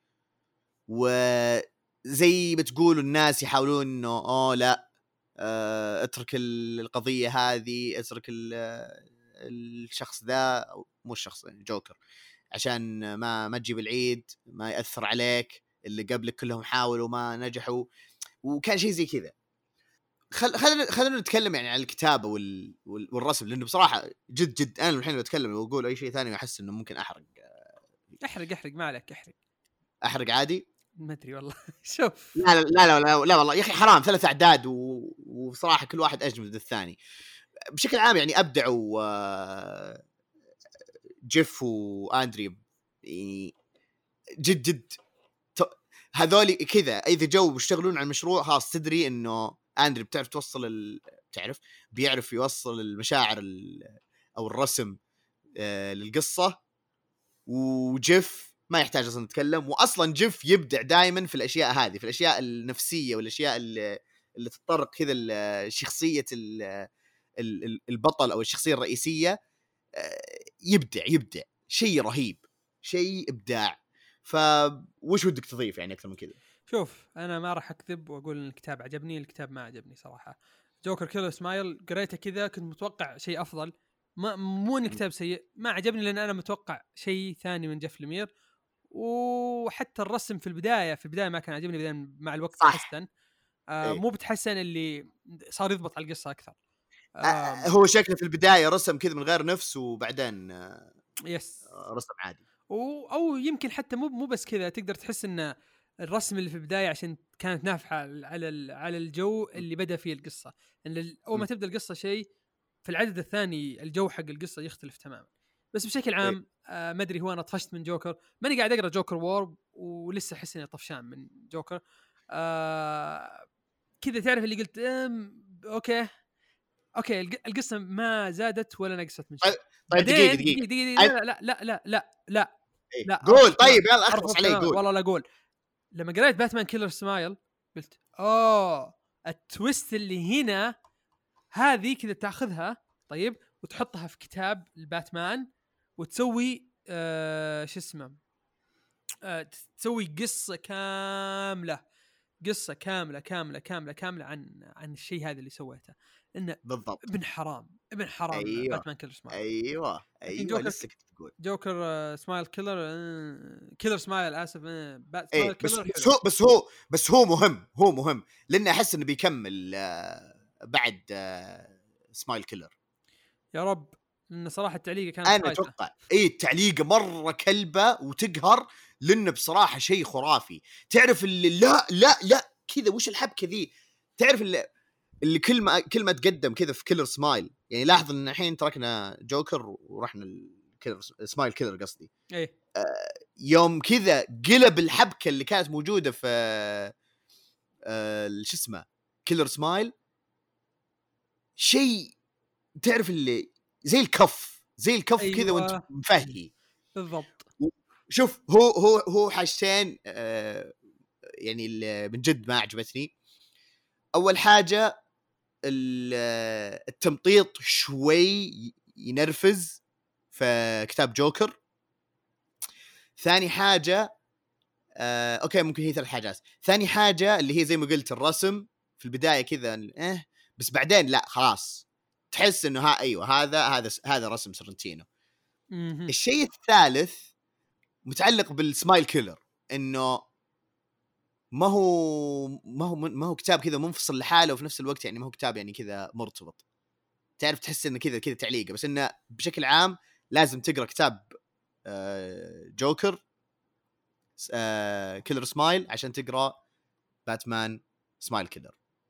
وزي ما تقولوا الناس يحاولون انه لا اترك القضية هذه، اترك الشخص ذا، مو الشخص يعني جوكر، عشان ما تجيب العيد، ما يأثر عليك. اللي قبلك كلهم حاولوا ما نجحوا، وكان شيء زي كذا. خلينا نتكلم يعني عن الكتابة والرسم، لأنه بصراحة جد أنا الحين بتكلم وأقول أي شيء ثاني أحس إنه ممكن أحرق. ما عليك، أحرق عادي. ما أدري والله. شوف لا والله يا أخي حرام. 3 أعداد وصراحة كل واحد أجمل من الثاني. بشكل عام يعني أبدعوا جيف وأندري يعني جد هذولي كذا. إذا جو بيشتغلون على المشروع خلاص تدري إنه أندري بيعرف يوصل المشاعر أو الرسم للقصة، وجيف ما يحتاج أصلا نتكلم. وأصلا جيف يبدع دائما في الأشياء هذه، في الأشياء النفسية والأشياء اللي تتطرق كذا شخصية البطل أو الشخصية الرئيسية. يبدع شيء رهيب، شيء إبداع. فوش ودك تضيف يعني أكثر من كذا؟ شوف أنا ما راح أكذب وأقول إن الكتاب عجبني. الكتاب ما عجبني صراحة. جوكر كيلر سمايل قريته كذا كنت متوقع شيء أفضل. مو إن كتاب سيء، ما عجبني لأن أنا متوقع شيء ثاني من جيف ليمير. وحتى الرسم في البداية ما كان عجبني، بعدين مع الوقت تحسن. مو بتحسن اللي صار يضبط على القصة أكثر. هو شكله في البداية رسم كذا من غير نفس، وبعدين يس رسم عادي. أو يمكن حتى مو بس كذا. تقدر تحس إن الرسم اللي في البداية عشان كانت نافعة على الجو اللي بدأ فيه القصة. إن أول ما تبدأ القصة شيء، في العدد الثاني الجو حق القصة يختلف تماما. بس بشكل عام ما ادري، هو انا طفشت من جوكر، ماني قاعد اقرا جوكر وور ولسه احس اني طفشان من جوكر. كذا تعرف اللي قلت اوكي القصه ما زادت ولا نقصت من شيء. طيب بعدين دقيقة دقيقة لا إيه؟ قول طيب يلا أرفض اخلص علي تماماً. قول. والله لا اقول. لما قريت باتمان كيلر سمايل قلت التويست اللي هنا هذه كذا تاخذها طيب وتحطها في كتاب الباتمان وتسوي شو اسمه تسوي قصة كاملة عن الشيء هذا اللي سويته. إنه بالضبط ابن حرام ايوه باتمان كيلر سمايل. ايوه لكن لسه كنت تقول جوكر سمايل كيلر سمايل اسف بات سمايل ايه كيلر بس هو مهم لانه احس انه بيكمل بعد سمايل كيلر. يا رب، لأن صراحة التعليقة كانت انا كويسة. اتوقع ايه التعليقه مره كلبه وتقهر لانه بصراحه شيء خرافي. تعرف اللي لا كذا وش الحبكه ذي. تعرف اللي كل ما تقدم كذا في كيلر سمايل، يعني لاحظ ان الحين تركنا جوكر ورحنا الكيلر سمايل كيلر قصدي. ايه يوم كذا قلب الحبكه اللي كانت موجوده في شو اسمه كيلر سمايل، شيء تعرف اللي زي الكف أيوة. كذا وانت مفهي بالضبط. شوف هو حاجتين يعني اللي من جد ما عجبتني. اول حاجه التمطيط شوي ينرفز في كتاب جوكر. ثاني حاجه اوكي ممكن هي 3 حاجات. ثاني حاجه اللي هي زي ما قلت الرسم في البدايه كذا بس بعدين لا خلاص تحس انه ايوه هذا رسم سرنتينو. الشيء الثالث متعلق بالسمايل كيلر، انه ما هو كتاب كذا منفصل لحاله وفي نفس الوقت يعني ما هو كتاب يعني كذا مرتبط. تعرف تحس انه كذا تعليقه، بس انه بشكل عام لازم تقرا كتاب جوكر كيلر سمايل عشان تقرا باتمان سمايل كيلر.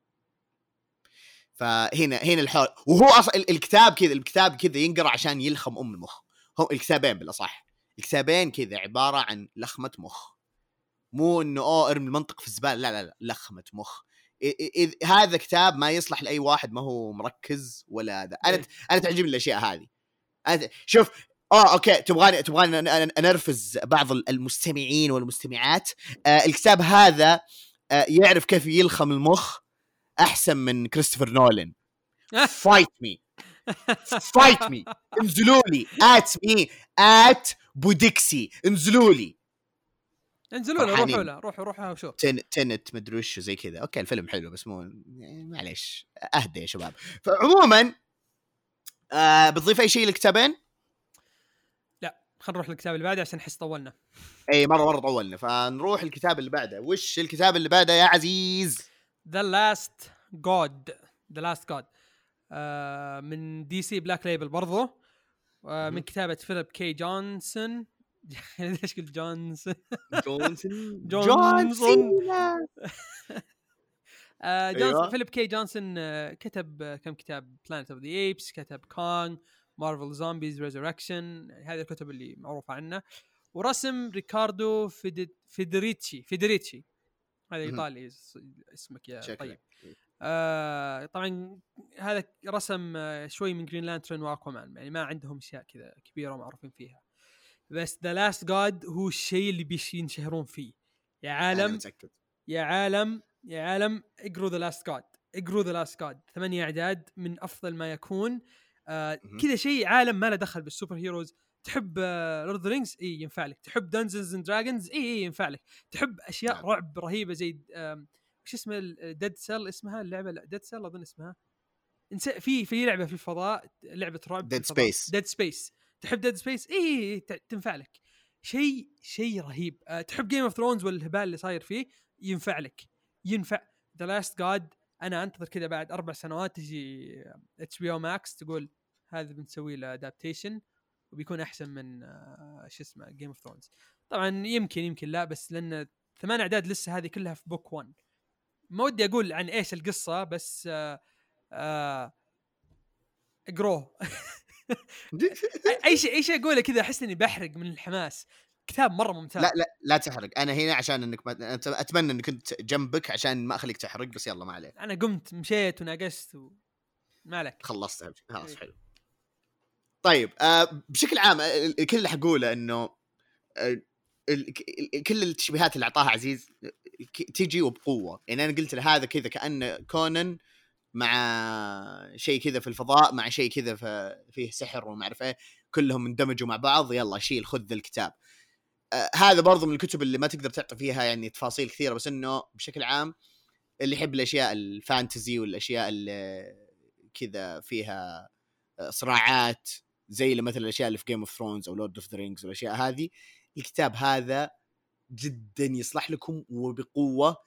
فهنا الحوار. وهو اصلا الكتاب كذا ينقرا عشان يلخم المخ. هم الكتابين بالاصح الكتابين كذا عباره عن لخمه مخ، مو انه ارمي المنطق في الزباله، لا لخمه مخ. هذا كتاب ما يصلح لاي واحد ما هو مركز ولا هذا. انا تعجبني الاشياء هذه. شوف اوكي تبغاني انرفز بعض المستمعين والمستمعات. الكتاب هذا يعرف كيف يلخم المخ احسن من كريستوفر نولان. فايت مي انزلوا لي ات بوديكسي انزلوا لي روحوا وشوف تنت مدري وش زي كذا. اوكي الفيلم حلو بس مو معليش اهدى يا شباب. فعموما بتضيف اي شيء للكتابين؟ لا خلينا نروح للكتاب اللي بعده عشان نحس طولنا. اي مره طولنا، فنروح الكتاب اللي بعده. وش الكتاب اللي بعده يا عزيز؟ The Last God من دي سي بلاك ليبل برضو من كتابة فيليب كي جونسون. ليش قلت جونسون؟ أيوة. فيليب كي جونسون كتب كم كتاب؟ بلانت اوف ذا ايبس، كتب كونغ، مارفل زومبيز ريزركشن، هذه الكتب اللي معروفة عنه. ورسم ريكاردو فيدريتشي هذا ايطالي اسمك يا طيب. طبعا هذا رسم شوي من جرين لانترن واكوامان، يعني ما عندهم اشياء كذا كبيره معروفين فيها. بس ذا لاست جاد هو الشيء اللي بينشهرون فيه. يا عالم اقروا ذا لاست جاد 8 اعداد من افضل ما يكون. كذا شيء عالم ما له دخل بالسوبر هيروز. تحب لورد رينجز ينفع لك. تحب دنجنز اند دراجونز ينفع لك. تحب اشياء رعب رهيبه زي وش اسمه ديد سيل، اسمها اللعبه ديد سيل اظن اسمها. في لعبه في الفضاء، لعبه رعب ديد سبيس. تحب ديد سبيس تنفع لك. شيء رهيب. تحب جيم اوف ثرونز والهبال اللي صاير فيه ينفع ذا لاست جاد. انا انتظر كذا بعد 4 سنوات تجي HBO Max تقول هذا بنسوي له ادابتيشن وبيكون احسن من شو اسمه جيم اوف ثرونز. طبعا يمكن لا، بس لان 8 اعداد لسه هذه كلها في بوك 1. ما ودي اقول عن ايش القصه، بس اقروه اي شيء اقوله كذا احس اني بحرق من الحماس. كتاب مره ممتاز. لا تحرق، انا هنا عشان انك اتمنى اني كنت جنبك عشان ما اخليك تحرق، بس يلا ما عليه. انا قمت مشيت وناقشت ما عليك. خلصت خلاص إيه. حلو. طيب بشكل عام كل اللي حقوله انه كل التشبيهات اللي اعطاها عزيز تيجي وبقوه. يعني انا قلت له هذا كذا كأنه كونان مع شيء كذا في الفضاء مع شيء كذا فيه سحر وما اعرف ايه، كلهم اندمجوا مع بعض، يلا شيل خذ الكتاب. هذا برضو من الكتب اللي ما تقدر تعطي فيها يعني تفاصيل كثيره، بس انه بشكل عام اللي يحب الاشياء الفانتزي والاشياء اللي كذا فيها صراعات زي مثلا الاشياء اللي في جيم اوف ثرونز او لورد اوف ذا رينجز والاشياء هذه، الكتاب هذا جدا يصلح لكم وبقوه.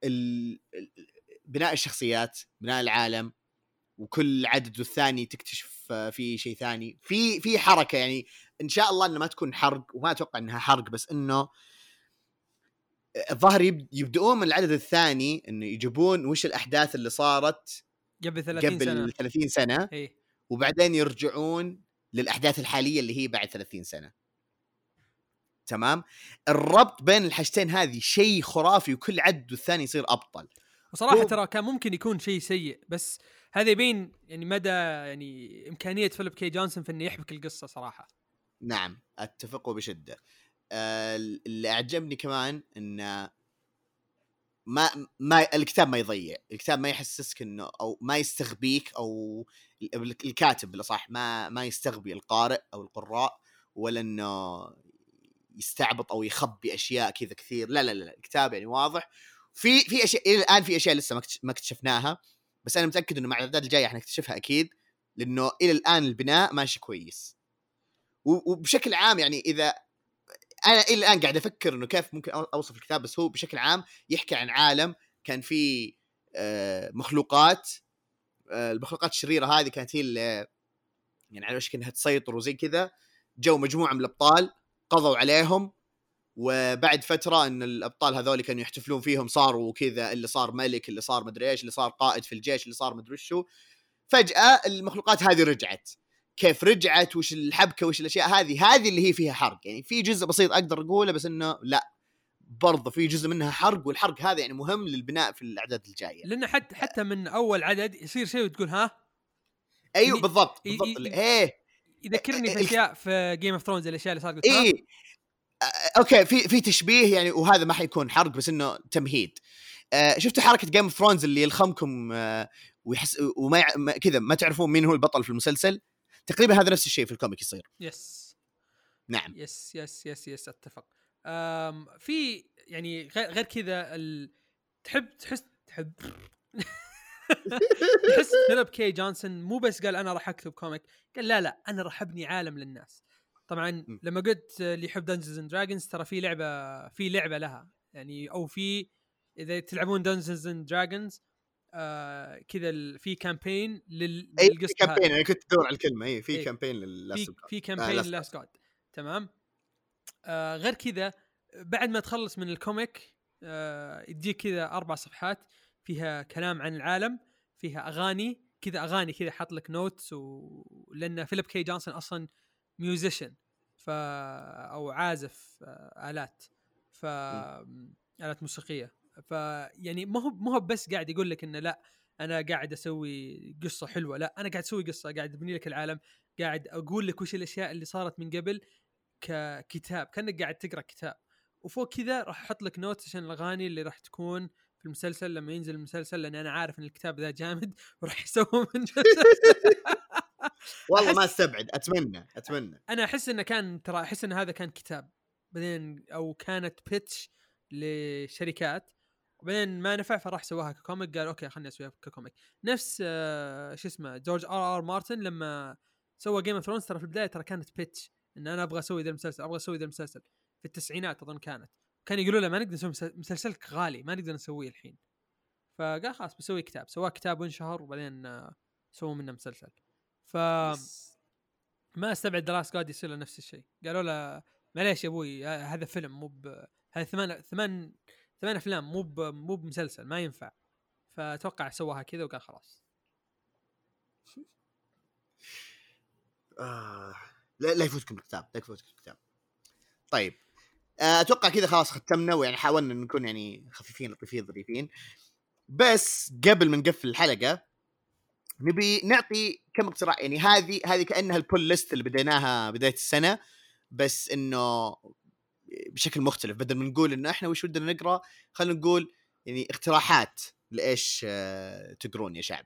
بناء الشخصيات، بناء العالم، وكل عدد والثاني تكتشف فيه شيء ثاني، في حركه. يعني ان شاء الله انه ما تكون حرق، وما اتوقع انها حرق، بس انه الظاهر يبدؤون من العدد الثاني انه يجيبون وش الاحداث اللي صارت قبل 30 سنه 30 سنه إيه. وبعدين يرجعون للاحداث الحاليه اللي هي بعد 30 سنه. تمام، الربط بين الحاجتين هذه شيء خرافي، وكل عدد والثاني يصير ابطل. وصراحه ترى كان ممكن يكون شيء سيء، بس هذا يبين يعني مدى يعني امكانيه فيليب كي جونسون في انه يحبك القصه صراحه. نعم اتفق بشده. اللي اعجبني كمان انه ما الكتاب ما يضيع، الكتاب ما يحسسك انه او ما يستغبيك، او الكاتب بالاصح ما يستغبي القارئ او القراء، ولا انه يستعبط او يخبي اشياء كذا كثير. لا الكتاب يعني واضح. في اشياء الى الان، في اشياء لسه ما اكتشفناها، بس انا متاكد انه مع الاعداد الجايه حنكتشفها اكيد، لانه الى الان البناء ماشي كويس. وبشكل عام يعني اذا انا الى الان قاعد افكر انه كيف ممكن اوصف الكتاب، بس هو بشكل عام يحكي عن عالم كان فيه مخلوقات، المخلوقات الشريره هذه كانت هي اللي يعني على وشك انها تسيطر وزي كذا. جو مجموعه من الابطال قضوا عليهم، وبعد فتره ان الابطال هذول كانوا يحتفلون فيهم، صاروا كذا، اللي صار ملك، اللي صار مدري ايش، اللي صار قائد في الجيش، اللي صار مدري شو. فجاه المخلوقات هذه رجعت. كيف رجعت، وش الحبكه، وش الاشياء هذه اللي هي فيها حرق. يعني في جزء بسيط اقدر اقوله، بس انه لا، برضه في جزء منها حرق، والحرق هذا يعني مهم للبناء في الاعداد الجايه. لان حتى من اول عدد يصير شيء وتقول ها. ايوه يعني بالضبط ايه يذكرني في اشياء في جيم اوف ثرونز، الاشياء اللي صارت قلت ايه اوكي، في تشبيه يعني، وهذا ما حيكون حرق بس انه تمهيد. شفتوا حركه جيم اوف ثرونز اللي يلخمكم ويحس وما كذا ما تعرفون مين هو البطل في المسلسل؟ تقريبا هذا نفس الشيء في الكوميك يصير. يس نعم يس اتفق. في يعني غير كذا تحس تحس فيليب كي جونسون مو بس قال انا راح اكتب كوميك، قال لا انا راح ابني عالم للناس. طبعا لما قلت اللي يحب دنجنز اند دراجونز، ترى في لعبه لها يعني، او في اذا تلعبون دنجنز اند دراجونز كذا في كامبين للقصه في كامبين. هذه. انا كنت ادور على الكلمه. في كامبين للاست في كامبين لاست جود. تمام. غير كذا بعد ما تخلص من الكوميك يديك كذا 4 صفحات فيها كلام عن العالم، فيها اغاني كذا حط لك نوتس. لان فيليب كي جونسون اصلا ميوزيشن او عازف آلات، آلات موسيقية. فيعني ما هو بس قاعد يقول لك انه لا انا قاعد اسوي قصة حلوة، لا انا قاعد اسوي قصة، قاعد ابني لك العالم، قاعد اقول لك وش الاشياء اللي صارت من قبل ككتاب، كأنك قاعد تقرأ كتاب. وفوق كذا راح احط لك نوت عشان الاغاني اللي راح تكون في المسلسل لما ينزل المسلسل، لان انا عارف ان الكتاب ذا جامد وراح يسوون من والله ما استبعد، اتمنى انا احس انه كان، ترى احس ان هذا كان كتاب بعدين او كانت بيتش لشركات، وبعدين ما نفع فراح سواها ككوميك. قال اوكي خلني اسويها ككوميك. نفس شو اسمه جورج ار مارتن لما سوى جيم اوف ثرونز، ترى في البدايه ترى كانت بيتش ان انا ابغى اسوي ذا المسلسل، ابغى اسوي ذا المسلسل في التسعينات اظن كانت. كان يقولوا له ما نقدر نسوي مسلسلك غالي، ما نقدر نسويه الحين. فقال خلاص بسوي كتاب، سواه كتاب وانشهر، وبعدين سووا منه مسلسل. ف ما استبعد دراس قاعد يصير له نفس الشيء. قالوا له معليش يا ابوي هذا فيلم هذا ثمان افلام مو بمسلسل، ما ينفع. فتوقع سواها كذا وقال خلاص. لا يفوتكم الكتاب، لا يفوتكم الكتاب. طيب اتوقع كذا خلاص ختمنا، ويعني حاولنا نكون يعني خفيفين لطيفين ظريفين. بس قبل ما نقفل الحلقه نبي نعطي كم اقتراح. يعني هذه كانها البول ليست اللي بديناها بدايه السنه، بس انه بشكل مختلف. بدل ما نقول انه احنا وش ودنا نقرا، خلينا نقول يعني اقتراحات لايش تقرون يا شعب.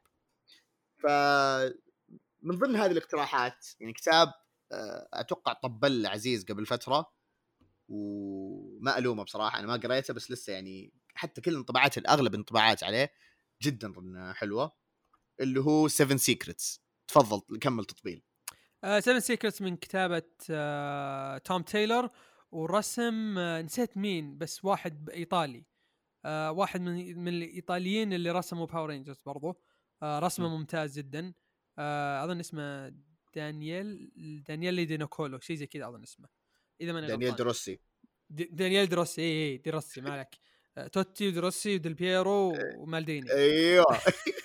فمن ضمن هذه الاقتراحات يعني كتاب اتوقع طبل عزيز قبل فتره، وما الومه بصراحه، انا ما قريته بس لسه يعني حتى كل انطباعات الاغلب انطباعات عليه جدا حلوه، اللي هو 7 سيكريتس. تفضل كمل تطبيل. 7 سيكرتس من كتابة توم تايلور، ورسم نسيت مين، بس واحد إيطالي، واحد من الإيطاليين اللي رسموا باور رينجرز برضو. رسمه ممتاز جدا. أظن اسمه دانييل دينوكولو، شيء زي كذا أظن اسمه، إذا ماني غلطان. دانييل دروسي. دانييل دروسي، إيه دروسي مالك. توتي ودروسي وديل بييرو ومالديني. ايوه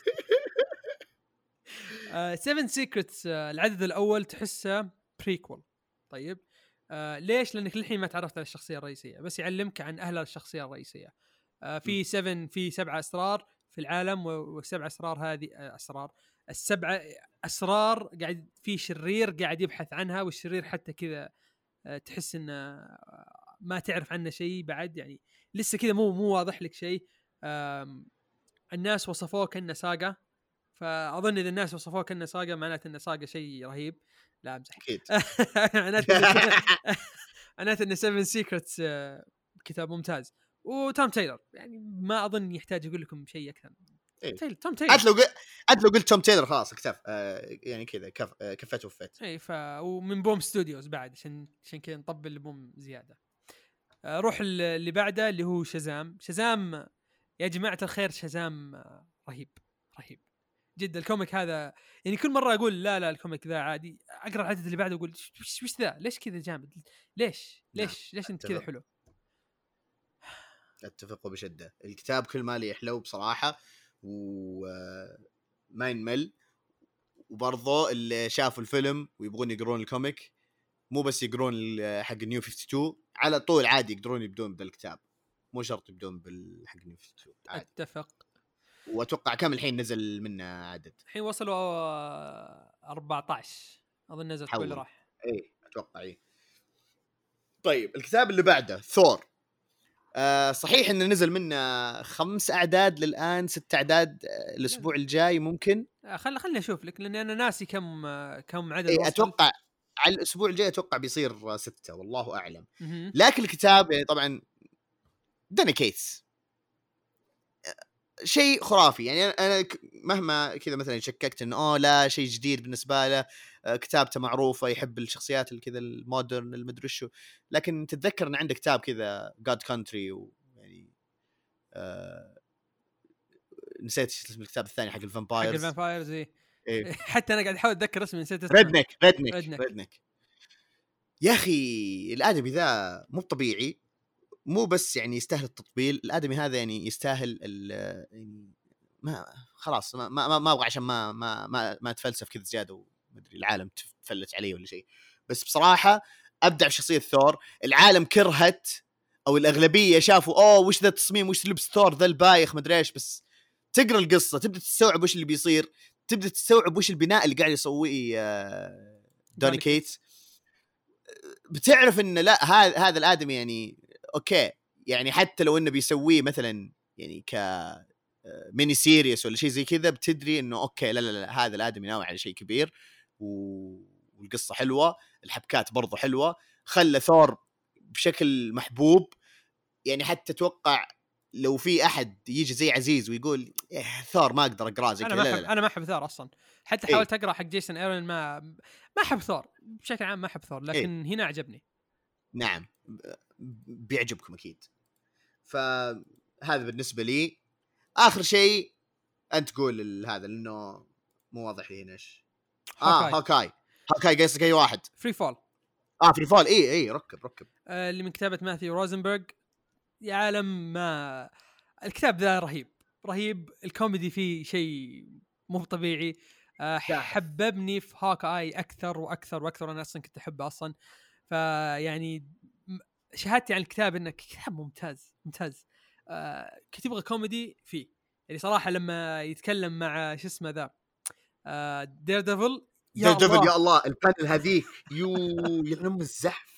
7 سيكريتس العدد الأول تحسه بريكول. طيب ليش؟ لأنك للحين ما تعرفت على الشخصية الرئيسية، بس يعلمك عن أهل الشخصية الرئيسية. في 7 أسرار في العالم، والسبع أسرار هذه أسرار السبعة أسرار قاعد في شرير قاعد يبحث عنها، والشرير حتى كذا تحس إنه ما تعرف عنه شيء بعد، يعني لسه كذا مو واضح لك شيء. الناس وصفوه كأنه ساقة، فأظن إذا الناس وصفوه كأنه ساقة معناته إنه ساقة شيء رهيب. لا أمزح. اكيد معناته إنه 7 سيكريتس كتاب ممتاز. وتوم تايلور يعني ما أظن يحتاج أقول لكم شيء أكثر. إيه. توم تايلور عاد لو قلت توم تايلور خلاص اكتف. يعني كذا كفت وفت. اي ومن بوم ستوديوز بعد، عشان كذا نطبل بوم زياده. روح اللي بعده اللي هو شازام يا جماعه الخير. شازام رهيب جدا. الكوميك هذا يعني كل مره اقول لا الكوميك ذا عادي، اقرا العدد اللي بعده اقول وش ذا، ليش كذا جامد، ليش انت كذا حلو. اتفق بشده. الكتاب كل ما لي يحلو بصراحه، وما ينمل. وبرضه اللي شافوا الفيلم ويبغون يقرون الكوميك، مو بس يقرون حق نيو 52 على طول، عادي يقدرون يبدون بالكتاب، مو شرط يبدون بالحق نيو 52 عادي. اتفق. واتوقع كم الحين نزل منه عدد؟ الحين وصلوا 14 اظن، نزل كل راح. اي اتوقع اي. طيب الكتاب اللي بعده ثور. صحيح انه نزل منه 5 اعداد للان، 6 اعداد الاسبوع الجاي ممكن. خلني اشوف لك، لاني انا ناسي كم عدد اي وصل. اتوقع على الاسبوع الجاي اتوقع بيصير 6 والله اعلم. لكن الكتاب يعني طبعا داني كيتس شيء خرافي. يعني انا مهما كذا مثلا شككت انه لا شيء جديد بالنسبه له، كتابته معروفه، يحب الشخصيات الكذا المودرن المدري شو، لكن تتذكر ان عنده كتاب كذا جاد كونتري، ويعني نسيت اسم الكتاب الثاني حق الفامبايرز. إيه. حتى انا قاعد احاول اتذكر اسمه نسيت اسمه. ريدنيك. يا اخي الادمي ذا مو طبيعي، مو بس يعني يستاهل التطبيل. الادمي هذا يعني يستاهل يعني ما خلاص ما ابغى عشان ما اتفلسف كذا زياده ومدري العالم تفلت عليه ولا شيء. بس بصراحه ابدع في شخصيه ثور. العالم كرهت او الاغلبيه شافوا وش ذا التصميم، وش لبس ثور ذا البايخ مدري ايش، بس تقرا القصه تبدا تستوعب وش اللي بيصير، تبدا تستوعب وش البناء اللي قاعد يسويه دوني كيتس. بتعرف ان لا هذا الادمي يعني اوكي، يعني حتى لو انه بيسويه مثلا يعني ك ميني سيريس ولا شيء زي كذا، بتدري انه اوكي لا هذا الادمي ناوي على شيء كبير. والقصه حلوه، الحبكات برضو حلوه، خلى ثور بشكل محبوب. يعني حتى اتوقع لو في احد يجي زي عزيز ويقول ثور ما اقدر اقراه زي كذا، انا ما احب ثور اصلا. حتى حاولت اقرا حق جيسون ايرون، ما احب ثور بشكل عام، ما احب ثور، لكن هنا عجبني. نعم بيعجبكم اكيد. فهذا بالنسبه لي. اخر شيء انت تقول هذا لانه مو واضح لي هنا ايش. هوكاي قصدك اي واحد؟ فري فول. فري فول اي ركب اللي من كتابه ماثيو روزنبرغ. يا عالم ما الكتاب ذا رهيب. الكوميدي فيه شيء مو طبيعي. حببني في هاك اي اكثر واكثر واكثر. انا اصلا كنت احبه اصلا، فيعني شهادتي عن الكتاب انه كتاب ممتاز ممتاز. كنت يبغى كوميدي فيه يعني صراحه، لما يتكلم مع شو اسمه ذا دير ديفل، يا الله البانل هذيك ينم الزحف،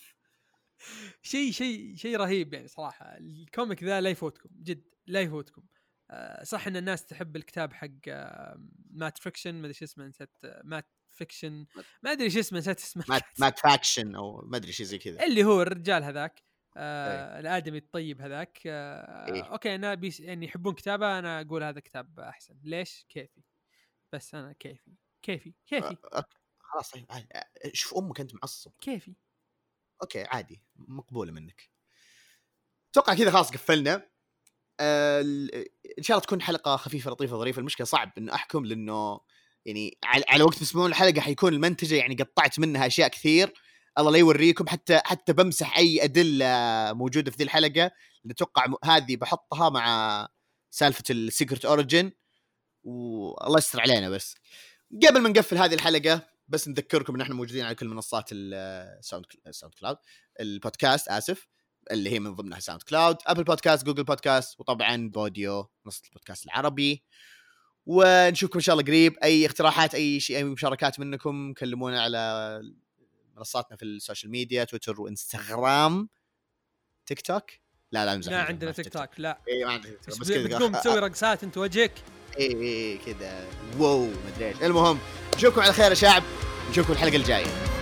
شيء رهيب يعني صراحه. الكوميك ذا لا يفوتكم، جد لا يفوتكم. صح ان الناس تحب الكتاب حق مات فيكشن، ما ادري شو اسمه، نسيت مات فيكشن، ما ادري شو اسمه، نسيت اسمه مات فاكشن او ما ادري شيء زي كذا، اللي هو الرجال هذاك الادمي الطيب هذاك. إيه؟ اوكي انا يعني يحبون كتابه، انا اقول هذا كتاب احسن. ليش؟ كيفي، بس انا كيفي خلاص طيب شوف امك انت معصب، كيفي اوكي عادي مقبوله منك. اتوقع كذا خلاص قفلنا. ان شاء الله تكون حلقه خفيفه لطيفه ظريفه. المشكله صعب انه احكم لانه يعني على وقت تسمعون الحلقه حيكون المنتجه يعني قطعت منها اشياء كثير، الله لا يوريكم. حتى بمسح اي ادله موجوده في ذي الحلقه، اتوقع هذه بحطها مع سالفه السيكرت اوريجين، والله يستر علينا. بس قبل ما نقفل هذه الحلقه بس نذكركم ان احنا موجودين على كل منصات الساوند كلاود، البودكاست اسف، اللي هي من ضمنها ساوند كلاود، ابل بودكاست، جوجل بودكاست، وطبعا بوديو منصه البودكاست العربي. ونشوفكم ان شاء الله قريب. اي اقتراحات، اي شيء، اي مشاركات منكم كلمونا على منصاتنا في السوشيال ميديا، تويتر وانستغرام، تيك توك. لا ما عندنا تيك توك، لا اي ما عندنا تيك توك، بس كذا تقوم تسوي رقصات انت وجهك اي كذا واو ما ادري. المهم نشوفكم على خير يا شعب، نشوفكم الحلقه الجايه.